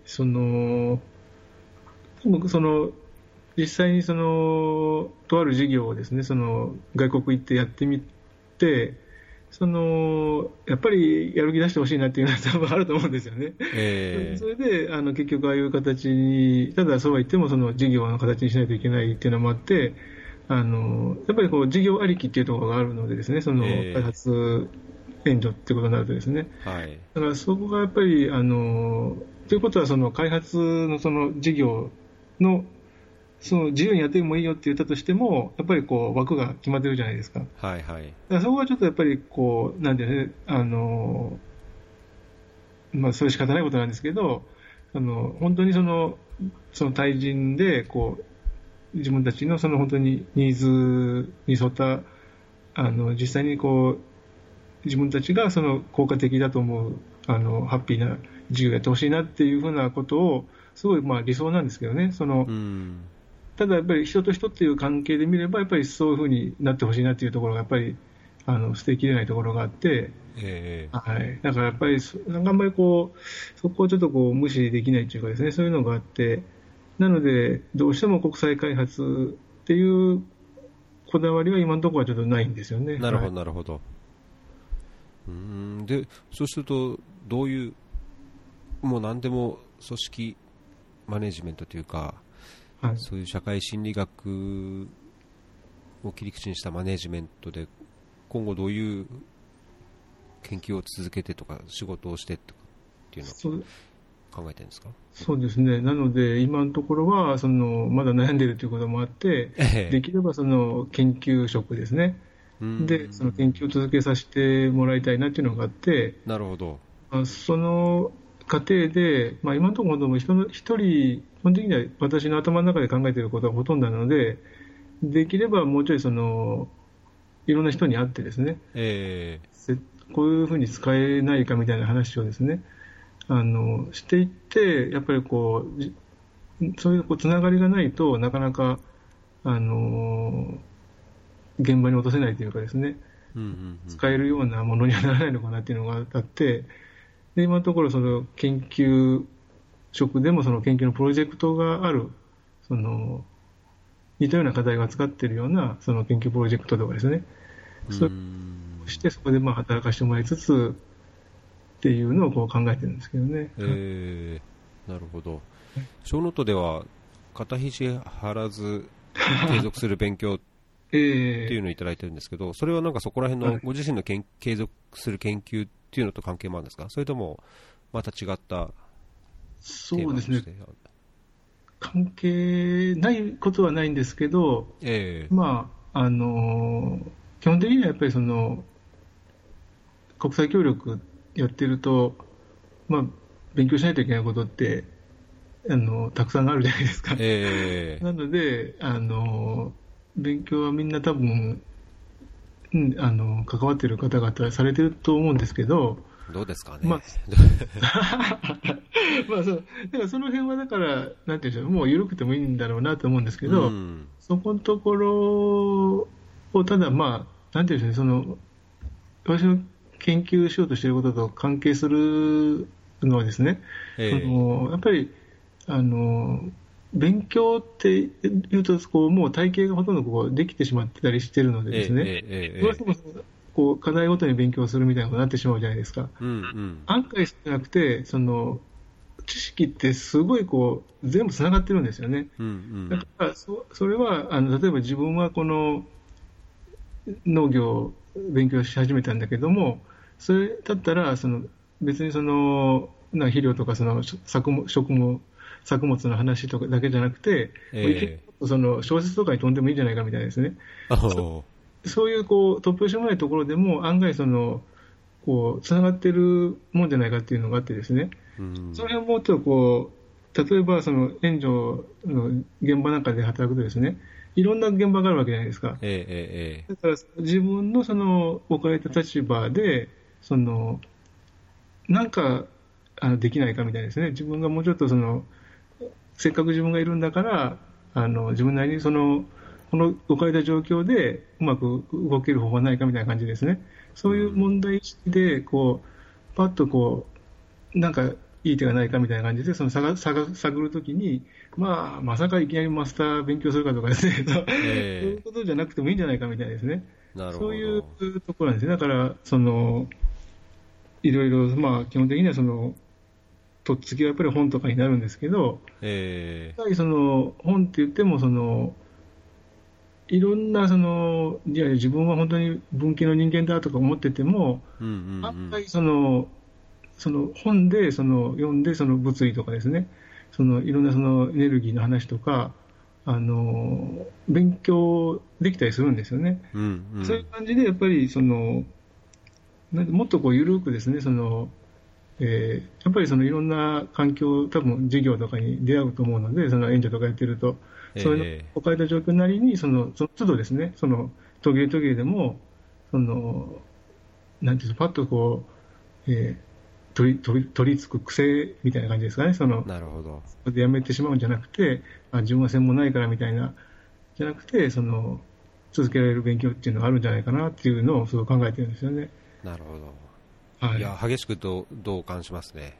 僕実際にとある事業をですね、外国行ってやってみて、やっぱりやる気出してほしいなっていうのは多分あると思うんですよね。それで結局ああいう形に、ただそうは言っても事業の形にしないといけないっていうのもあって、やっぱり事業ありきっていうところがあるのでですね、開発援助ってことになるとですね、 はい、 だからそこがやっぱりということは開発の事業の自由にやってもいいよって言ったとしても、やっぱり枠が決まってるじゃないですか。 はいはい、 だからそこはちょっとやっぱりなんていうね、それ仕方ないことなんですけど、本当に対人で自分たちの本当にニーズに沿った実際に自分たちが効果的だと思うハッピーな事業をやってほしいなっていうふうなことをすごい理想なんですけどね。ただやっぱり人と人っていう関係で見ればやっぱりそういうふうになってほしいなっていうところがやっぱり捨てきれないところがあって、はい、だからやっぱりあんまりそこをちょっと無視できないというかですね、そういうのがあって、なのでどうしても国際開発っていうこだわりは今のところはちょっとないんですよね。 なるほどなるほど。でそうするとどういうもう何でも組織マネジメントというか、はい、そういう社会心理学を切り口にしたマネジメントで今後どういう研究を続けてとか仕事をしてとかっていうのを考えてるんですか？ そうですね。なので今のところはまだ悩んでいるということもあって、できれば研究職ですね。で研究を続けさせてもらいたいなというのがあって、 なるほど。 その過程で、今のところ一人基本的には私の頭の中で考えていることがほとんどなので、できればもうちょいいろんな人に会ってですね、こういうふうに使えないかみたいな話をですねしていって、やっぱりそういうつながりがないとなかなか現場に落とせないというかですね、使えるようなものにはならないのかなというのがあって、で今のところ研究職でも研究のプロジェクトがある似たような課題を扱っているような研究プロジェクトとかですね、そしてそこで働かせてもらいつつっていうのを考えてるんですけどね。 なるほど。小ノートでは肩肘張らず継続する勉強っていうのをいただいてるんですけど、それはなんかそこら辺のご自身の継続する研究っていうのと関係もあるんですか？それともまた違ったテーマとして？そうですね、関係ないことはないんですけど、基本的にはやっぱり国際協力やってると、勉強しないといけないことってたくさんあるじゃないですか。なので勉強はみんな多分、関わっている方々されてると思うんですけど、 どうですかね。 だからその辺はだからなんていうんでしょう、もう緩くてもいいんだろうなと思うんですけど、そこのところをただなんていうんでしょうね、私の研究しようとしていることと関係するのはですね、やっぱり勉強っていうともう体系がほとんどできてしまってたりしているのでですね、どうしても課題ごとに勉強するみたいなことになってしまうじゃないですか。案外じゃなくて知識ってすごい全部つながってるんですよね。だからそれは例えば自分はこの農業を勉強し始めたんだけども、それだったら別に肥料とか作物の話とかだけじゃなくて、小説とかに飛んでもいいんじゃないかみたいなですね、そういう突拍子もないところでも案外つながってるもんじゃないかっていうのがあってですね、それをもうちょっと例えばその援助の現場なんかで働くとですね、いろんな現場があるわけじゃないですか。だから自分のその置かれた立場で、そのなんかできないかみたいですね。自分がもうちょっとせっかく自分がいるんだから、自分なりにこの置かれた状況でうまく動ける方法はないかみたいな感じですね。そういう問題意識で、パッとなんかいい手がないかみたいな感じで、探るときに、まさかいきなりマスター勉強するかとかですね、そういうことじゃなくてもいいんじゃないかみたいですね。そういうところなんですね。だから、いろいろ、基本的にはとっつきはやっぱり本とかになるんですけど、やっぱり本って言ってもいろんないや自分は本当に文系の人間だとか思ってても、やっぱり本で読んで物理とかですね、いろんなエネルギーの話とか勉強できたりするんですよね。そういう感じでやっぱりもっと緩くですね、やっぱりいろんな環境、多分授業とかに出会うと思うので、援助とかやってると、そういうの置かれた状況なりに、その都度ですね、途切れ途切れでも、なんていうの、パッと取り付く癖みたいな感じですかね、 なるほど。 でやめてしまうんじゃなくて、自分は専門ないからみたいな、じゃなくて、続けられる勉強っていうのがあるんじゃないかなっていうのをすごい考えてるんですよね。 なるほど。 はい、 いや激しく同感しますね。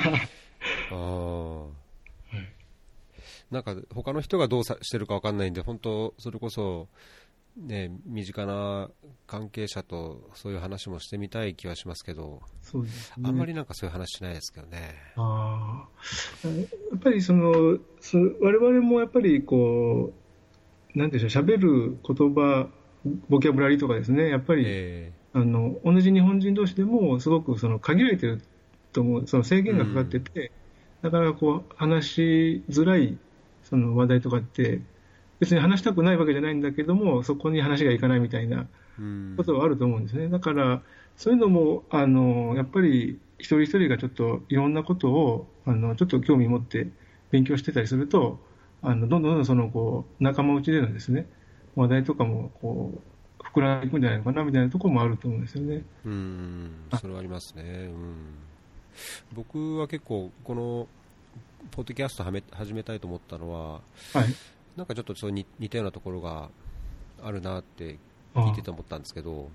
なんか他の人がどうしてるか分かんないんで、本当それこそ、ね、身近な関係者とそういう話もしてみたい気はしますけど、 そうですね、 あんまりなんかそういう話しないですけどね。 やっぱり我々もやっぱりなんでしょう、喋る言葉、ボキャブラリーとかですね、やっぱり、同じ日本人同士でもすごく限られてると思う、制限がかかってて、なかなか話しづらい話題とかって別に話したくないわけじゃないんだけども、そこに話がいかないみたいなことはあると思うんですね。だからそういうのもやっぱり一人一人がちょっといろんなことをちょっと興味持って勉強してたりすると、どんどん仲間内でのですね、話題とかも膨らんでいくんじゃないのかなみたいなところもあると思うんですよね。 それはありますね。僕は結構このポッドキャスト始めたいと思ったのは、なんかちょっと似たようなところがあるなって聞いてて思ったんですけど、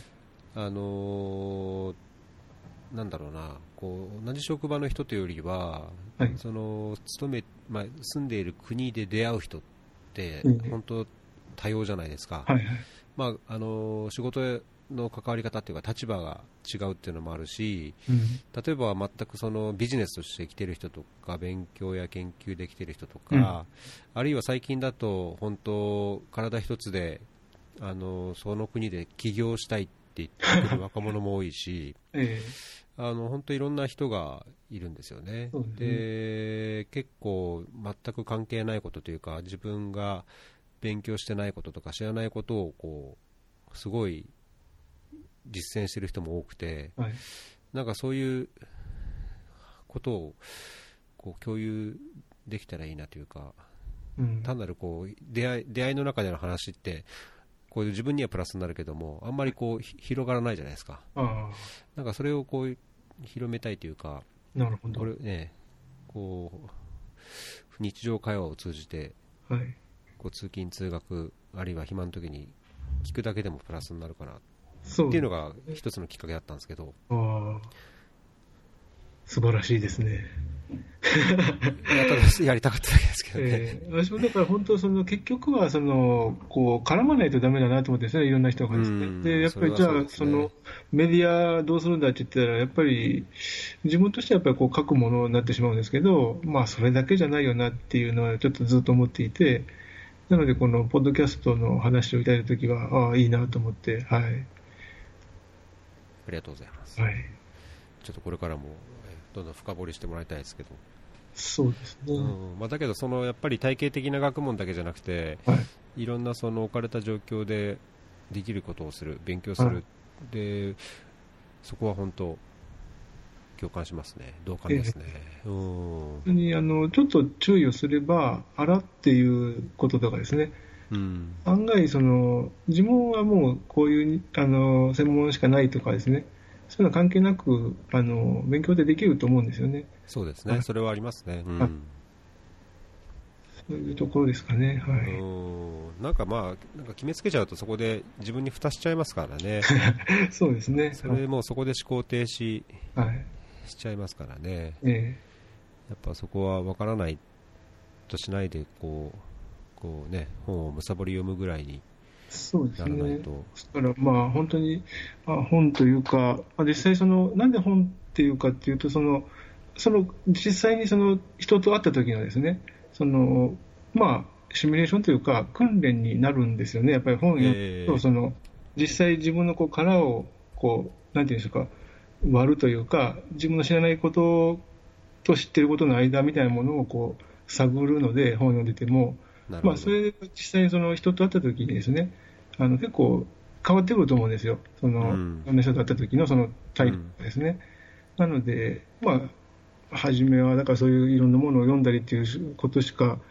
なんだろうな、同じ職場の人というよりは、住んでいる国で出会う人って本当多様じゃないですか。仕事の関わり方っていうか立場が違うっていうのもあるし、例えば全くビジネスとして来てる人とか勉強や研究で来てる人とか、あるいは最近だと本当体一つでその国で起業したいって言ってくる若者も多いし、本当いろんな人がいるんですよね。で、結構全く関係ないことというか、自分が勉強してないこととか知らないことをすごい実践してる人も多くて、なんかそういうことを共有できたらいいなというか、単なる出会いの中での話って自分にはプラスになるけども、あんまり広がらないじゃないですか。なんかそれを広めたいというか、 なるほど。 これね、日常会話を通じて、通勤通学あるいは暇の時に聞くだけでもプラスになるかなっていうのが一つのきっかけだったんですけど。 素晴らしいですね。 やりたかっただけですけどね。 私もだから本当結局は絡まないとダメだなと思ってですね、いろんな人がですね。でやっぱりじゃあメディアどうするんだって言ったら、やっぱり自分としてはやっぱり書くものになってしまうんですけど、それだけじゃないよなっていうのはちょっとずっと思っていて、なのでこのポッドキャストの話をいただいたときは、いいなと思って、ありがとうございます。ちょっとこれからもどんどん深掘りしてもらいたいですけど。 そうですね。 だけどやっぱり体系的な学問だけじゃなくて、いろんな置かれた状況でできることをする、勉強する、でそこは本当共感しますね。同感ですね。 本当にちょっと注意をすれば、あらっていうこととかですね、案外自分はもうこういう専門しかないとかですね、そういうの関係なく勉強でできると思うんですよね。 そうですね、それはありますね。 そういうところですかね。はい。 なんか決めつけちゃうとそこで自分に蓋しちゃいますからね。 そうですね。 それもうそこで思考停止しちゃいますからね。やっぱそこは分からないとしないでこうね、本をむさぼり読むぐらいにならないと。 だから本当に本というか、実際なんで本っていうかっていうと実際に人と会った時のですね、シミュレーションというか訓練になるんですよね。やっぱり本を読むと実際自分の殻をなんていうんでしょうか、割るというか、自分の知らないことと知っていることの間みたいなものを探るので、本を読んでても、それで実際に人と会った時にですね、結構変わってくると思うんですよ。いろんな人と会った時の態度ですね。なので、初めはだからそういういろんなものを読んだりっていうことしか、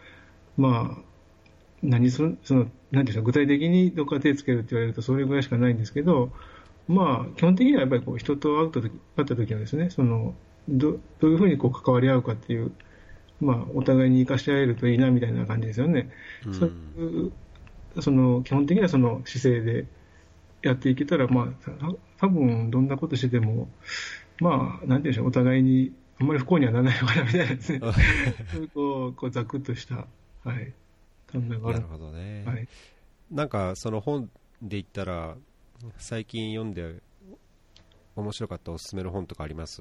なんていうんですか、具体的にどこか手つけるって言われるとそれぐらいしかないんですけど、基本的にはやっぱり人と会った時のですね、どういうふうに関わり合うかっていう、お互いに生かし合えるといいなみたいな感じですよね。そういう基本的な姿勢でやっていけたら、多分どんなことしてても、なんていうんでしょう、お互いにあんまり不幸にはならないのかなみたいなですね、そういうざくっとした、考えがある。 なるほどね。なんかその本で言ったら、最近読んで面白かったおすすめの本とかあります？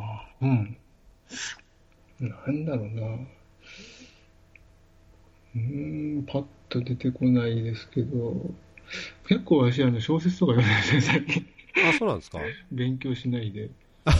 なんだろうな。パッと出てこないですけど、結構私小説とか読んでるんですね、最近。 そうなんですか？ 勉強しないで。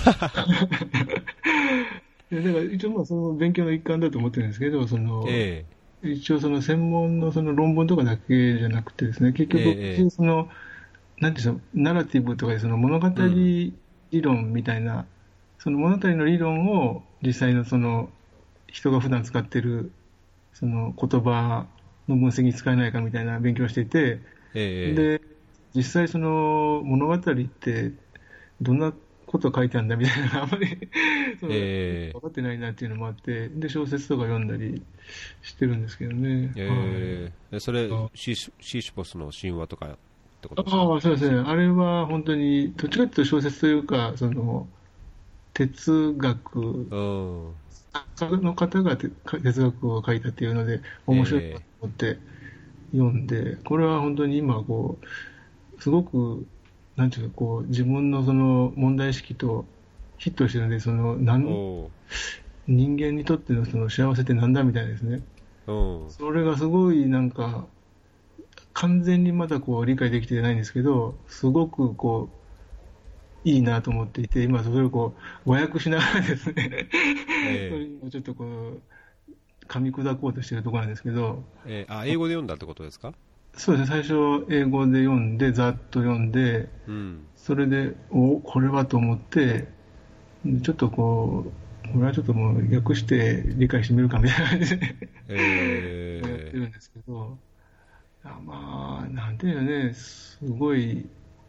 だから一応その勉強の一環だと思ってるんですけど、一応専門の論文とかだけじゃなくてですね、結局、なんていうの、ナラティブとかで物語理論みたいな、物語の理論を実際の人が普段使ってる言葉の分析に使えないかみたいな勉強をしていて、で実際物語ってどんなこと書いてあるんだみたいなのがあんまり分かってないなっていうのもあって、で小説とか読んだりしてるんですけどね。 それシーシュポスの神話とかってことですか？ そうですね。あれは本当にどっちかというと小説というか哲学の方が哲学を書いたっていうので面白いなと思って読んで、これは本当に今すごくなんていうか自分の問題意識とヒットしてるので、人間にとっての幸せってなんだみたいなですね。それがすごいなんか完全にまだ理解できてないんですけど、すごくいいなと思っていて、今それを和訳しながらですね、ちょっと噛み砕こうとしているところなんですけど。 英語で読んだってことですか？ そうですね、最初英語で読んでざっと読んで、それでこれはと思って、ちょっとこれはちょっともう訳して理解してみるかみたいな感じでやってるんですけど、なんていうのね、すごい、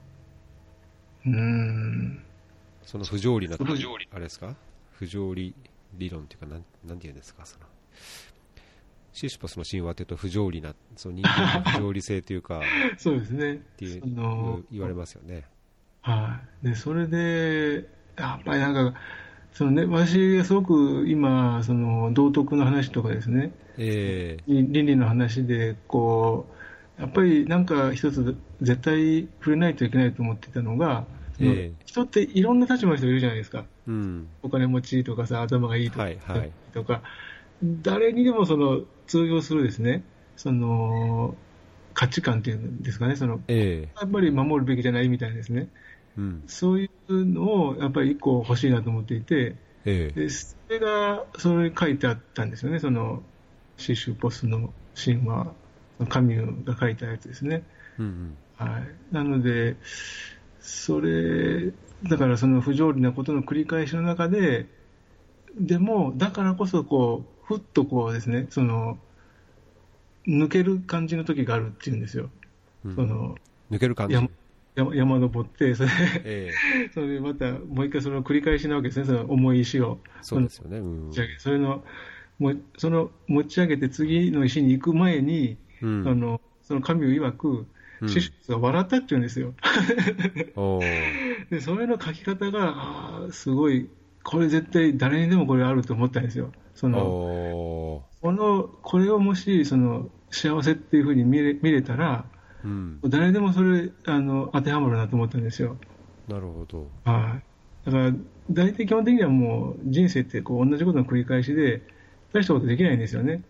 その不条理な、あれですか？不条理理論っていうか、なんていうんですか、シーシュポスの神話というと不条理な、人間の不条理性というか、 そうですね。 っていう言われますよね。 で、それで、やっぱりなんか、私がすごく今、道徳の話とかですね、倫理の話で、やっぱりなんか一つ絶対触れないといけないと思ってたのが、人っていろんな立場の人いるじゃないですか。お金持ちとかさ、頭がいいとか、誰にでも通用するですね、価値観っていうんですかね、やっぱり守るべきじゃないみたいなですね、そういうのをやっぱり一個欲しいなと思っていて、でそれに書いてあったんですよね、シシュポスの神話、カミュが書いたやつですね。なので、 それ、だからその不条理なことの繰り返しの中で、でも、だからこそ、こう、ふっとこうですね、抜ける感じの時があるっていうんですよ。 うん、 その抜ける感じ。 山登って、それえで、それでまたもう一回その繰り返しなわけですね、その重い石を。 そうですよね。うん、 それの、その持ち上げて次の石に行く前に、 うん、 その神曰く、シシュが笑ったって言うんですよ。で、それの書き方が、すごい、これ絶対誰にでもこれあると思ったんですよ。これをもし、幸せっていうふうに見れたら、 うん、 誰でもそれ、当てはまるなと思ったんですよ。 なるほど。 はい。だから、大体基本的にはもう、人生ってこう同じことの繰り返しで、大したことできないんですよね。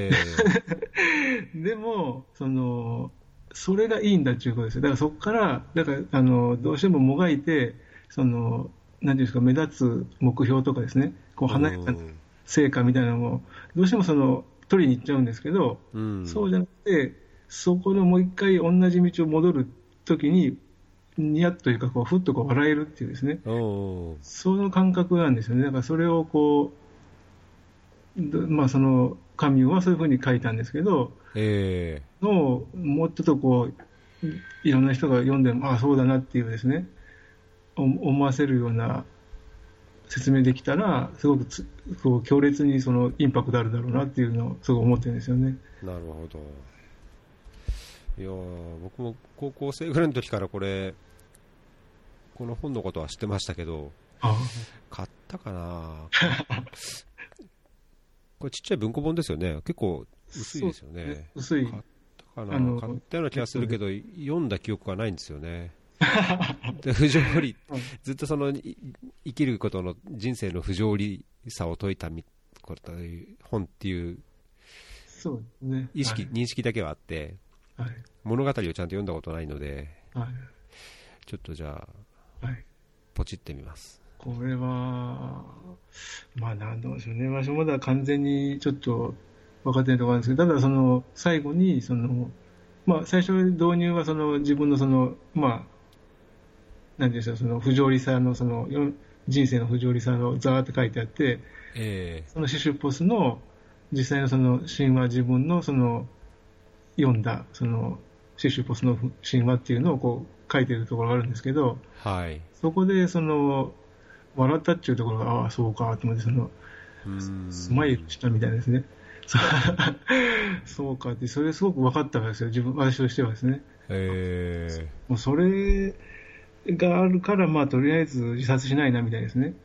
でも、それがいいんだっていうことですよ。だからそこから、どうしてももがいて、なんていうんですか、目立つ目標とかですね、こう華やかな成果みたいなのも、どうしても取りに行っちゃうんですけど、 うん、 そうじゃなくて、そこのもう一回同じ道を戻るときに、ニヤッというか、こう、ふっとこう笑えるっていうですね、その感覚なんですよね。だからそれをこう、神はそういうふうに書いたんですけど、もうちょっとこう、いろんな人が読んでも、ああ、そうだなっていうですね、思わせるような説明できたら、すごくこう強烈にそのインパクトあるだろうなっていうのをすごい思ってるんですよね。 なるほど。いや僕も高校生ぐらいの時からこの本のことは知ってましたけど、買ったかなこれちっちゃい文庫本ですよね。結構薄いですよね。 薄い。 買ったかな買ったような気がするけど、読んだ記憶がないんですよね。で不条理、ずっと生きることの人生の不条理さを説いた本っていうそうね、 認識だけはあって、 はい、 物語をちゃんと読んだことないので、 はい、 ちょっとじゃあ、 はい、 ポチってみます。 これは、なんでしょうね、私もまだ完全にちょっと分かってないところなんですけど、ただ最後に最初に導入は自分のなんでしょう、不条理さの人生の不条理さをザーって書いてあって、そのシシュポスの実際の神話、自分の読んだシシュポスの神話っていうのをこう書いてるところがあるんですけど、 はい、 そこで笑ったっていうところが、ああそうかと思ってスマイルしたみたいですね。そうかって、それすごく分かったわけですよ、私としてはですね。もうそれがあるから、とりあえず自殺しないなみたいですね。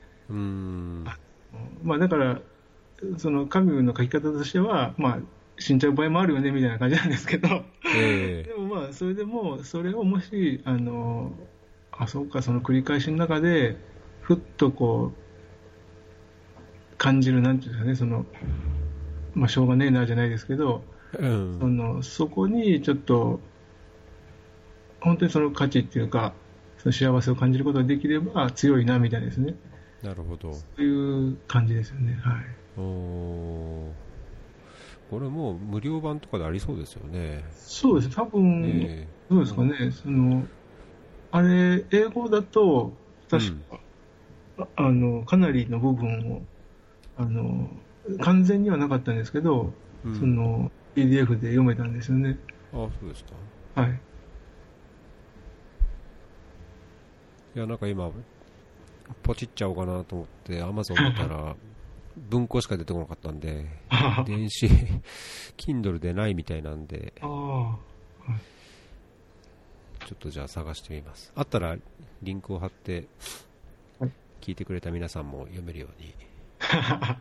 だから、カミュの書き方としては、死んじゃう場合もあるよねみたいな感じなんですけど、でもそれでも、それをもし、そうか、その繰り返しの中で、ふっとこう、感じる、なんていうんですかね、しょうがねえなじゃないですけど、そこにちょっと、本当にその価値っていうか、その幸せを感じることができれば強いなみたいですね。 なるほど。 そういう感じですよね。はい。 これもう無料版とかでありそうですよね。 そうです。多分、どうですかね。あれ、英語だと、確か、かなりの部分を、完全にはなかったんですけど、PDF で読めたんですよね。 そうですか。 はい。 いや、なんか今、ポチっちゃおうかなと思って、Amazon 見たら、文庫しか出てこなかったんで、電子、Kindle でないみたいなんで、ちょっとじゃあ探してみます。あったらリンクを貼って、聞いてくれた皆さんも読めるように。 はい。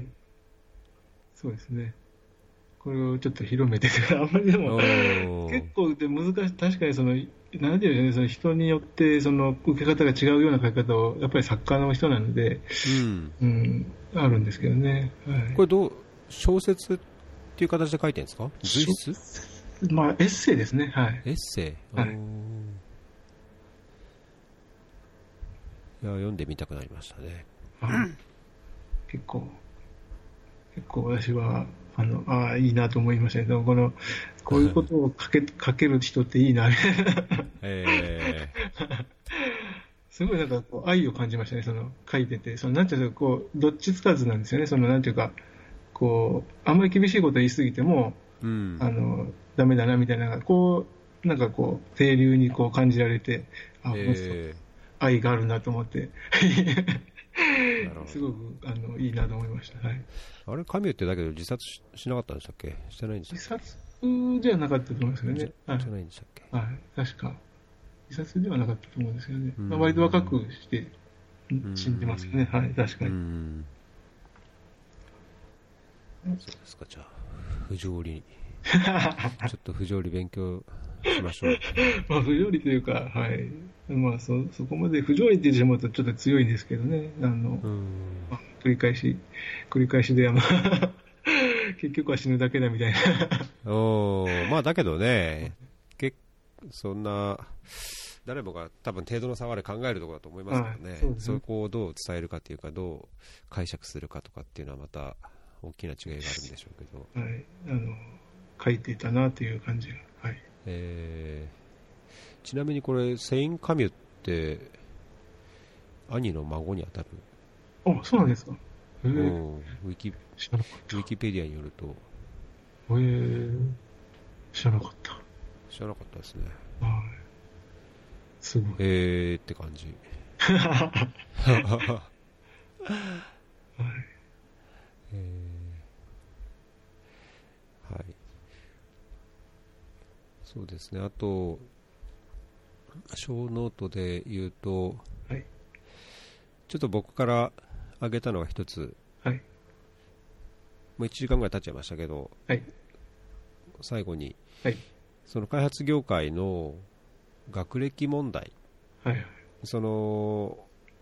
そうですね。これをちょっと広めてあんまりでも、結構で難しい、確かになんていうんですかね、人によって受け方が違うような書き方を、やっぱり作家の人なので、あるんですけどね。はい、 これ小説っていう形で書いてるんですか？随筆？ エッセイですね。はい。 エッセイ？ はい。 いや、読んでみたくなりましたね。 結構私は、いいなと思いましたね。こういうことを書ける人っていいな、みたいな。 すごいなんかこう愛を感じましたね、その書いてて、そのなんていうかこうどっちつかずなんですよね、そのなんていうかこうあんまり厳しいことを言い過ぎても、 うん。 ダメだなみたいなこうなんかこう清流にこう感じられて、あ、この人え愛があるなと思って、 なるほど。 すごくいいなと思いました。はい。 あれ、カミュってだけど自殺しなかったんでしたっけ？してないんでしたっけ？ 自殺ではなかったと思いますよじゃ、 ね。はい。 じゃないんでしたっけ？ はい。確か。自殺ではなかったと思うんですよね。 うーまあ、割と若ん。 くしてうー死んでますよね。 ん。 はい。確うーかに。 ん。そうですか、じゃあ、不条理、ちょっと不条理勉強しましょう。 まあ、不条理というか、はい。まあ、そこまで不条理って言ってしまうとちょっと強いんですけどね。 うーん。 まあ繰り返しで、結局は死ぬだけだみたいな。 まあだけどね、けそんな、誰もが多分程度の差はあれ考えるところだと思いますけはい。 どね、 そうですね。 そこをどう伝えるかというか、どう解釈するかとかっていうのはまた大きな違いがあるんでしょうけど、 はい。書いていたなという感じが。はい。 ちなみにこれ、セイン・カミュって兄の孫にあたる、 あ、そうなんですか。 うん、 知らなかっウィキペディアによると、 た。知らなかった。 知らなかったですね。 はい。すごい。 って感じ。 はい。 はい。そうですね。あと、小ノートで言うと、 はい。 ちょっと僕から挙げたのが一つ、 はい。 もう1時間ぐらい経っちゃいましたけど、 はい。 最後に、 はい。 その開発業界の学歴問題、 はい。 その、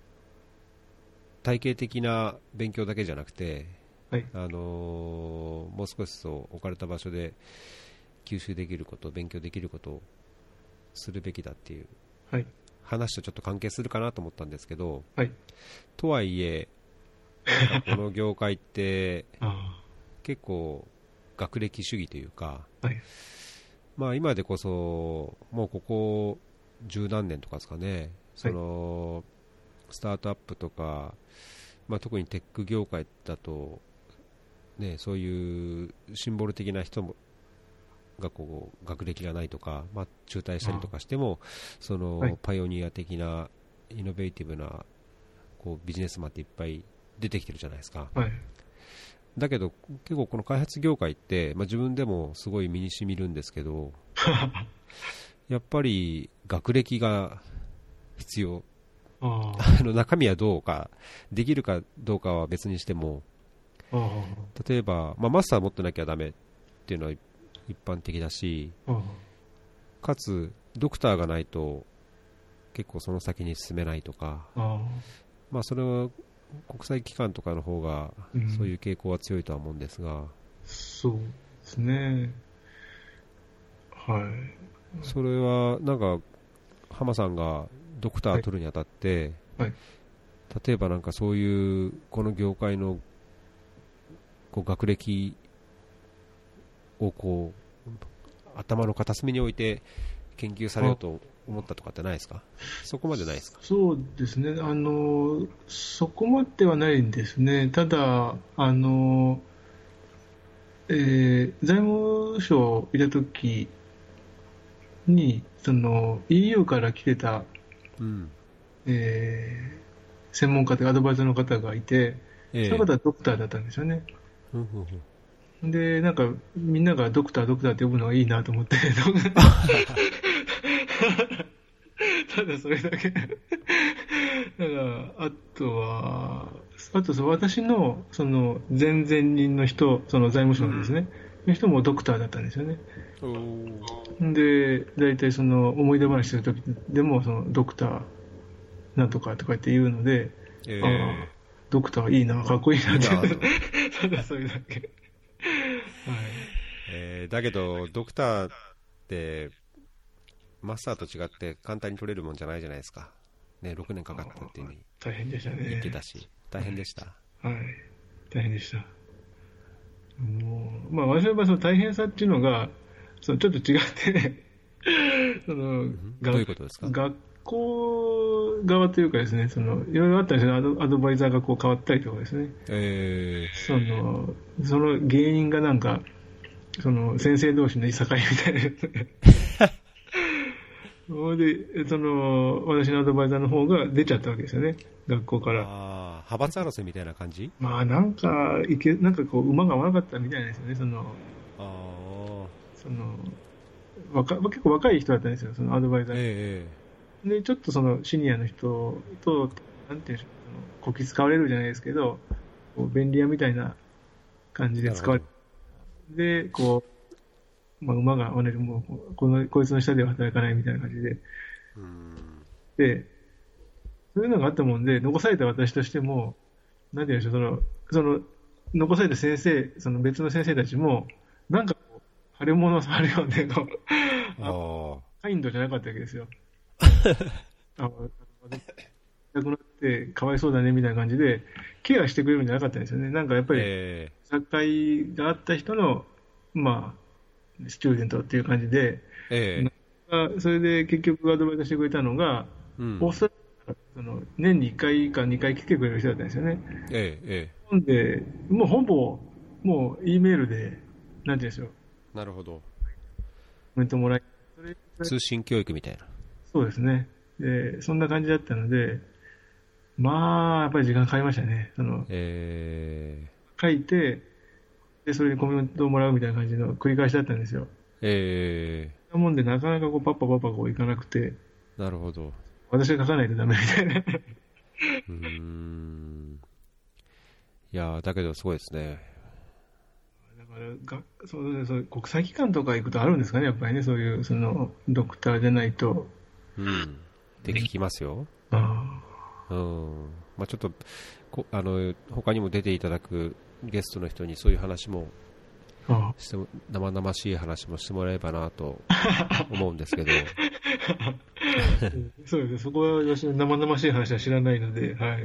体系的な勉強だけじゃなくて、 はい。 もう少しそう置かれた場所で吸収できること、勉強できることをするべきだっていうはい。 話とちょっと関係するかなと思ったんですけど、 はい。 とはいえ、なんかこの業界ってあ結構学歴主義というか、 あ。はい。 まあ今でこそもうここ十何年とかですかね、そはい。 のスタートアップとか、まあ、特にテック業界だと、ね、そういうシンボル的な人もがこう学歴がないとか、まあ、中退したりとかしても、そはい。 のパイオニア的なイノベーティブなこうビジネスマンっていっぱい出てきてるじゃないですか。 はい。 だけど結構この開発業界って、まあ、自分でもすごい身に染みるんですけど、やっぱり学歴が必要。 ああ。 中身はどうかできるかどうかは別にしても、 ああ。 例えば、まあ、マスター持ってなきゃダメっていうのは一般的だし、 ああ。 かつドクターがないと結構その先に進めないとか、 ああ。 まあ、それは国際機関とかの方がうん。 そういう傾向は強いとは思うんですが、 そうですね。はい。 それはなんか浜さんがドクターはい。 取るにあたって、 はい。 例えばなんかそういうこの業界のこう学歴をこう頭の片隅に置いて研究されようあ、 と思ったとかってないですか？そこまでないですか？ そうですね。そこまではないんですね。ただ、財務省いたときに、EU から来てた、 うん。 専門家というかアドバイザーの方がいて、そのええ。 方はドクターだったんですよね。 ふんふんふん。 で、なんか、みんながドクター、ドクターって呼ぶのがいいなと思って、ただそれだけ。だから、あと私の、前々人の人、その財務うん。 省のですね、の人もドクターだったんですよね。 おー。 で、大体思い出話するときでも、ドクターなんとかとか言って言うので、ああ、 えドクターいいな、かっこいいいいなって、 なぁと。 ただそれだけ。はい。 だけど、ドクターって、マスターと違って簡単に取れるもんじゃないじゃないですか。ね、6年かかったっていうふうに大変でした言ってね。 たし、大変でした。 はい。大変でした。まあ、私の場合、その大変さっていうのが、ちょっと違って、その、 うん、どうが、 いうことですか？ 学校側というかですね、いろいろあったんですよ。アドバイザーがこう変わったりとかですね。その原因がなんか、先生同士のいさかいみたいなやつで、私のアドバイザーの方が出ちゃったわけですよね、学校から。 派閥争いみたいな感じ？ まあ、なんかこう、馬が合わなかったみたいなんですよね、結構若い人だったんですよ、そのアドバイザー。で、ちょっとシニアの人と、なんていうんでしょう、こき使われるじゃないですけど、こう便利屋みたいな感じで使われて、で、こう、まあ、馬が同じ、もう、こいつの下では働かないみたいな感じで、で、そういうのがあったもんで、残された私としても、なんていうんでしょう、残された先生、別の先生たちも、なんかこう、腫れ物を触るようでカインドじゃなかったわけですよ。亡くなってかわいそうだねみたいな感じで、ケアしてくれるんじゃなかったんですよね。なんかやっぱり、境があった人の、まあ、スチューデントっていう感じで、それで結局アドバイスしてくれたのが、オーストラリア年に1回か2回来てくれる人だったんですよね。なんで、もうほぼ、もう E メールで、なんていうんでしょう。 なるほど。 コメントもらい、 通信教育みたいな。 そうですね。で、そんな感じだったので、まあ、やっぱり時間かかりましたね。書いて、で、それにコメントをもらうみたいな感じの繰り返しだったんですよ。なもんで、なかなかこうパッパこういかなくて。 なるほど。 私が書かないとダメみたいな。 いやだけどすごいですね。 だからそう国際機関とか行くとあるんですかね、やっぱりね、そういうドクターでないと。 って聞きますよ。 まあ、ちょっと他にも出ていただくゲストの人にそういう話もしても、生々しい話もしてもらえればなと思うんですけど。 そうですね、そこは私の生々しい話は知らないので、はい。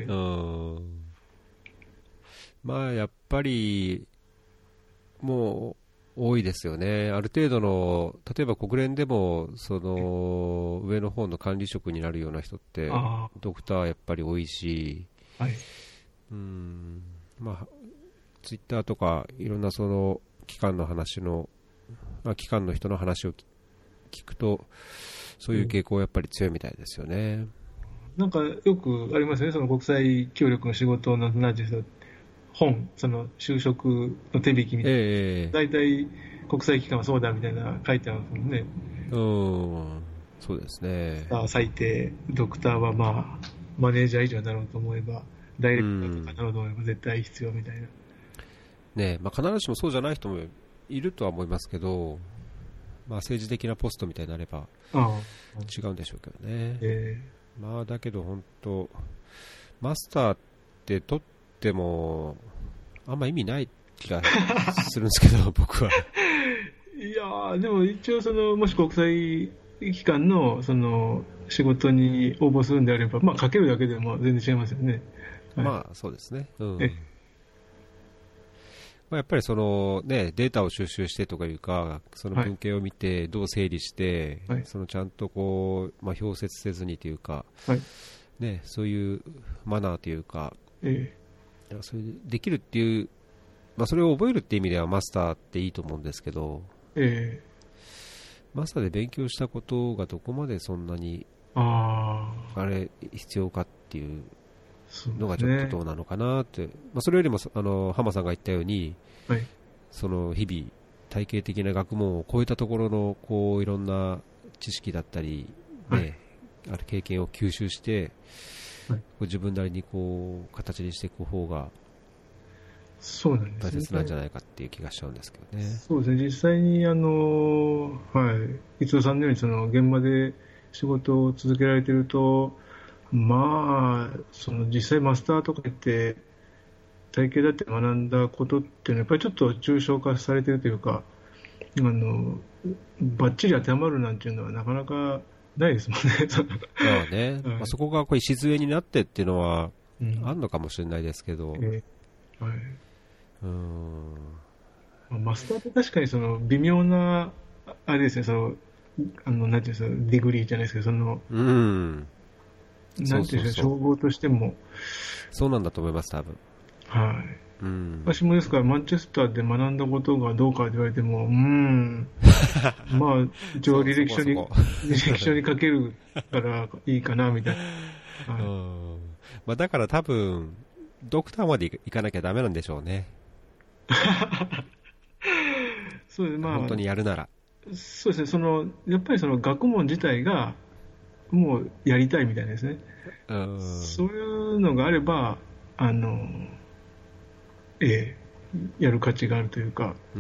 まあやっぱりもう多いですよね。ある程度の、例えば国連でも上の方の管理職になるような人ってドクターやっぱり多いし、まあツイッターとかいろんな機関の話の、機関の人の話を聞くとそういう傾向はやっぱり強いみたいですよね。 なんかよくありますね、国際協力の仕事のなんていうんですか、本、就職の手引きみたいな、大体国際機関はそうだみたいな書いてあるんですもんね。 そうですね。 最低、ドクターはまあマネージャー以上になろうと思えば、ダイレクターとかなろうと思えば絶対必要みたいな。 必ずしもそうじゃない人もいるとは思いますけど、政治的なポストみたいになれば違うんでしょうけどね。だけど本当マスターって取ってもあんま意味ない気がするんですけど僕は。 いやでも一応もし国際機関の仕事に応募するんであれば、書けるだけでも全然違いますよね。 そうですね。やっぱりデータを収集してとかいうか、その文献を見てどう整理して、ちゃんとこう、表説せずにというか、そういうマナーというか、それできるっていう、それを覚えるっていう意味ではマスターっていいと思うんですけど、マスターで勉強したことがどこまでそんなに必要かっていうのがちょっとどうなのかなって、それよりも浜さんが言ったように、日々体系的な学問を超えたところのこういろんな知識だったり、ある経験を吸収して、自分なりにこう形にしていく方が大切なんじゃないかっていう気がしちゃうんですけどね。 そうですね、実際に逸郎さんのように現場で仕事を続けられていると、実際マスターとか言って体系だって学んだことっていうのはやっぱりちょっと抽象化されているというか、バッチリ当てはまるなんていうのはなかなかないですもんね。そこがこう礎になってっていうのはあるのかもしれないですけど、 マスターって確かに微妙なあれですね、 なんていうんですか、ディグリーじゃないですけど、 うん。 なんていうんですか、称号としても、 そうなんだと思います、多分。 はい。 うん。 私もですから、マンチェスターで学んだことがどうかと言われても、まあ、一応そこそこ。 履歴書に書けるからいいかな、みたいな。 うはい。 ん。まあ、だから多分、ドクターまで行かなきゃダメなんでしょうね。 そうです、ま本当にやるなら。 あ、そうですね、やっぱりその学問自体が、もうやりたいみたいですね。 うん。 そういうのがあれば、あの、ええ、やる価値があるというか、 うん。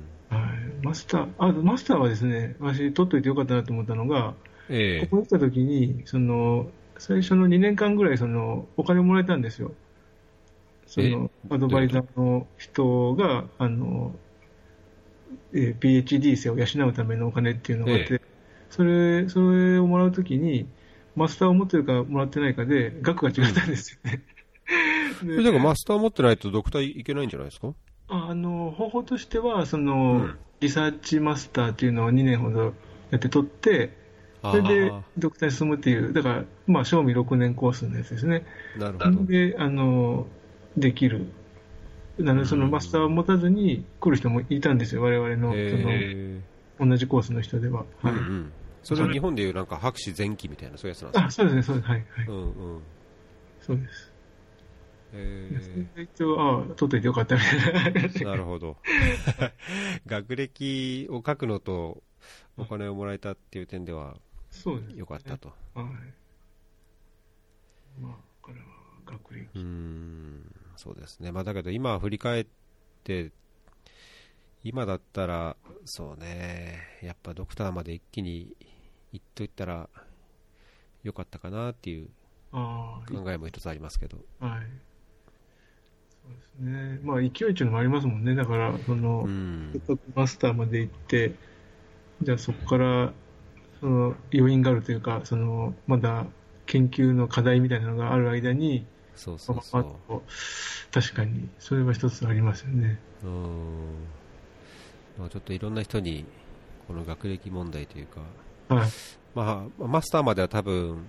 はい、マスターはですね、私、取っといてよかったなと思ったのが、こええ。 こに来た時に、最初の2年間ぐらい、お金をもらえたんですよ。 え、 アドどういうこと？ バイザーの人が、PhD 生を養うためのお金っていうのがあっえて、それをもらうときに、マスターを持ってるかもらってないかで、額がえ。うん。 違ったんですよね。で、 だからマスター持ってないとドクターいけないんじゃないですか？ 方法としては、 うん。 リサーチマスターっていうのを2年ほどやって取って、それであドクターに進むっていう、だから、まあ、賞味6年コースのやつですね。 あ、なるほど。 で、できる。なうので、そのマスターをん。 持たずに来る人もいたんですよ、我々の、 へえ。 同じコースの人では。 うんうはい。 ん。それは日本でいうなんか博士前期みたいなそういうやつなんですか？ そうですね、そうです。はい、はい。 うんうん。 そうです。それへで一応、取っといてよかったみたいなえ。 話が。 なるほど。学歴を書くのとお金をもらえたっていう点ではそうですね。 良かったと。 はい。まあ、これは学歴。 そうですね。まあだけど今振り返って、今だったら、そうね、やっぱドクターまで一気に行っといったら良かったかなっていうあ考えも一つありますけど。 はい。そうですね。まあ、勢いっていうのもありますもんね。だから、 うん。 せっかくマスターまで行って、じゃあそこから、余韻があるというか、まだ研究の課題みたいなのがある間に、 そうそパパパッうそと、確かに、それは一つありますよね。 う。まあちょっといろんな人にこの学歴問題というか、 はい。 まあ、マスターまでは多分、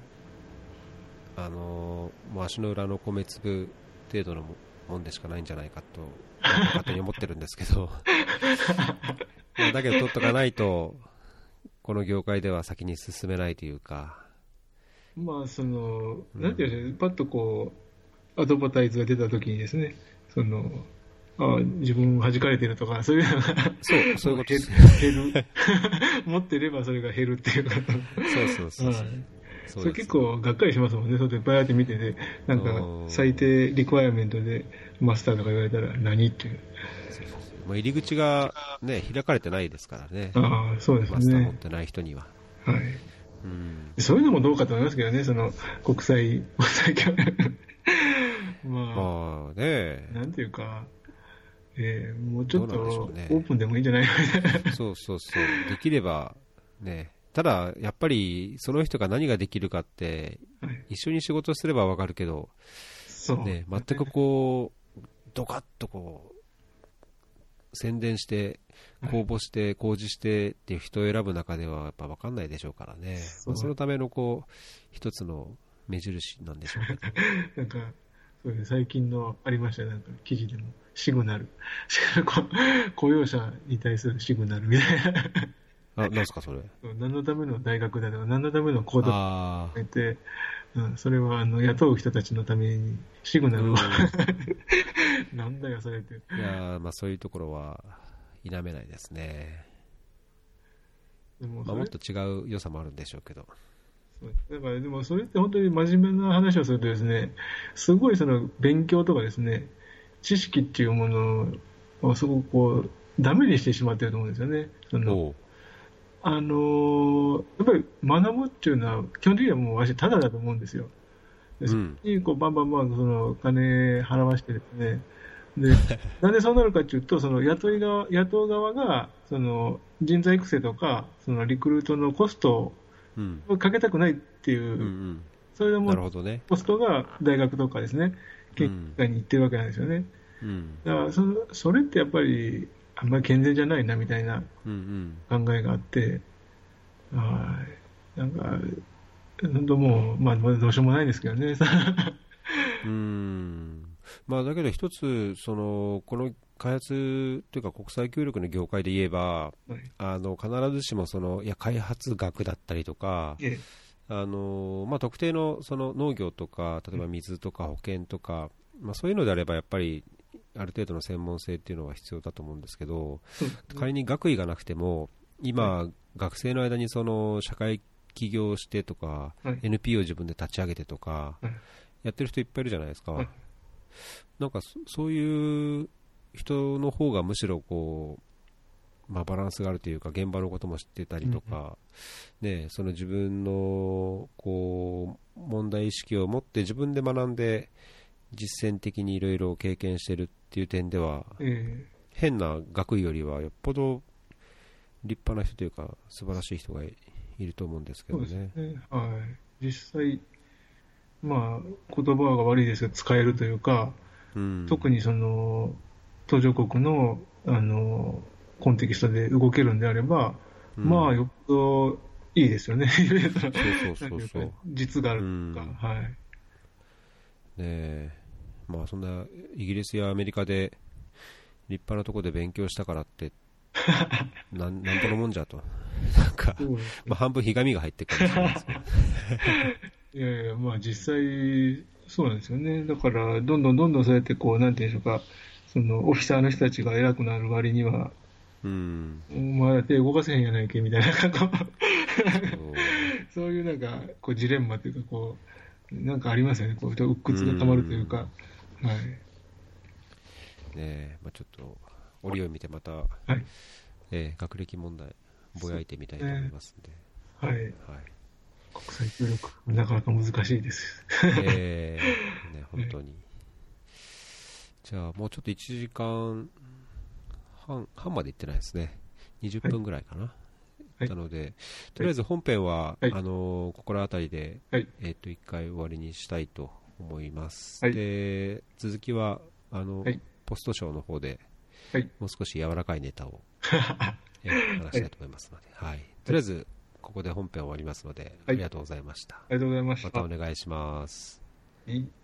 もう足の裏の米粒程度のもんでしかないんじゃないかと、なんか勝手に思ってるんですけど、まあだけど取っとかないと、この業界では先に進めないというか、 まあ、 うん、 なんていうんですか、パッとアドバタイズが出た時にですね、自分弾かれてるとか、そういうのがそういうことです。 減る。持ってればそれが減るっていうか、 そうそうそうはい。 そう。そうそれです。 結構がっかりしますもんね、そうやってバーって見てて、なうんか最ん。 低リクワイアメントでマスターとか言われたら何っていう。 そうそうそう。まあ、入り口がね、開かれてないですからね。 ああ、そうですマスター持っね。 てない人には。 はい。 うん。 そういうのもどうかと思いますけどね、国際協力。まあ、 まあね、 なんていうか、もうちょっどうなんでしょとうね。 オープンでもいいんじゃないのみたいな。 そうそうそう。できれば、ね。ただ、やっぱり、その人が何ができるかって、 はい、 一緒に仕事すればわかるけど、 そうね、全くですね。 こう、ドカッとこう、宣伝して、 はい、 公募して、公示してっていう人を選ぶ中では、やっぱ分かんないでしょうからね。まあ、そそう。 のためのこう、一つの目印なんでしょうけど。 なんか、そうです最近のありましたね、なんか記事でも、シグナル。雇用者に対するシグナルみたいな。 あ、なんすか、それ。 何のための大学だとか、何のための行動をあ決めて、それは雇う人たちのためにシグナうルをん。 なんだよ、それって。 いやまあそういうところは否めないですね。まあ、 でもそれ、 もっと違う良さもあるんでしょうけど。 だからでもそれって本当に真面目な話をするとですね、すごい勉強とかですね、知識っていうものをすごくダメにしてしまってると思うんですよね。 おう。 やっぱり学ぶっていうのは基本的にはもう私ただだと思うんですよ。でそうん。 こにバンバンバン金払わしてですね、で、なんでそうなるかっていうと、雇う側が、人材育成とか、リクルートのコストうん。 をかけたくないっていうんうう、 ん。 それでもなるほどね。 コストが大学とかですね、研究機うん。 関に行ってるわけなんですよね。 うん。 だからそれってやっぱり、あんまり健全じゃないなみたいなうんうん。 考えがあって、 はい。なんか、本当もう、まあ、どうしようもないですけどね。 まあ、だけど一つこの開発というか国際協力の業界で言えば、 はい。 必ずしもいや開発額だったりとか、 ええ。 まあ、特定の農業とか例えば水とか保険とか、まあ、そういうのであればやっぱりある程度の専門性っていうのは必要だと思うんですけど、 そうですね。 仮に学位がなくてもはい。 今、学生の間に社会起業してとかはい。 NPO を自分で立ち上げてとかはい。 やってる人いっぱいいるじゃないですか。 はい。 なんかそういう人の方がむしろまあ、バランスがあるというか現場のことも知ってたりうんうん。 とか、ね、自分の問題意識を持って自分で学んで実践的にいろいろ経験してるっていう点ではええ。 変な学位よりはよっぽど立派な人というか素晴らしい人がいると思うんですけそうですどね。 ね。はい。実際、まあ、言葉が悪いですけど、使えるというか、 うん、 特に途上国の、コンテキストで動けるんであれば、まあ、 うん、 よっぽどいいですよね。 そうそうなんていうか、 そうそ実があう、うるというん、 か、はい。 ね、まあそんなイギリスやアメリカで立派なところで勉強したからってなんぼのもんじゃとなんか、 そうですね。 まあ、半分ひがみが入ってるかもしれないですけど。 いやいや、まあ実際、そうなんですよね。だから、どんどんそうやってなんていうんでしょうか、オフィサーの人たちが偉くなる割には、 うん、 お前手動かせへんやないけ、みたいな、 そそういうなんか、ジレンマというか、なんかありますよね。鬱う、う屈がたまるというか、 ん、 はい。 ね、まあ、ちょっと折を見てまた、 はい。 学歴問題ぼそうやいてみたいと思いね。 ますんで、 はい。 はい、 国際協力、なかなか難しいです。 ね、 はい。 本当に。じゃあもうちょっと1時間半まで行ってないですね。20 はい。 分ぐらいかな。 はい。 なので、とはい。 りあえず本編は、 はい。 心当たりで、 はい。 一回終わりにしたいと思います。 はい。 で、続きは、 はい。 ポストショーの方ではい。 もう少し柔らかいネタを、 は話したいい。 と思いますので、はい。とはい。 りあえず、ここで本編終わりますので、 はい。 ありがとうございました。 ありがとうございましまたた。 お願いします。 はい。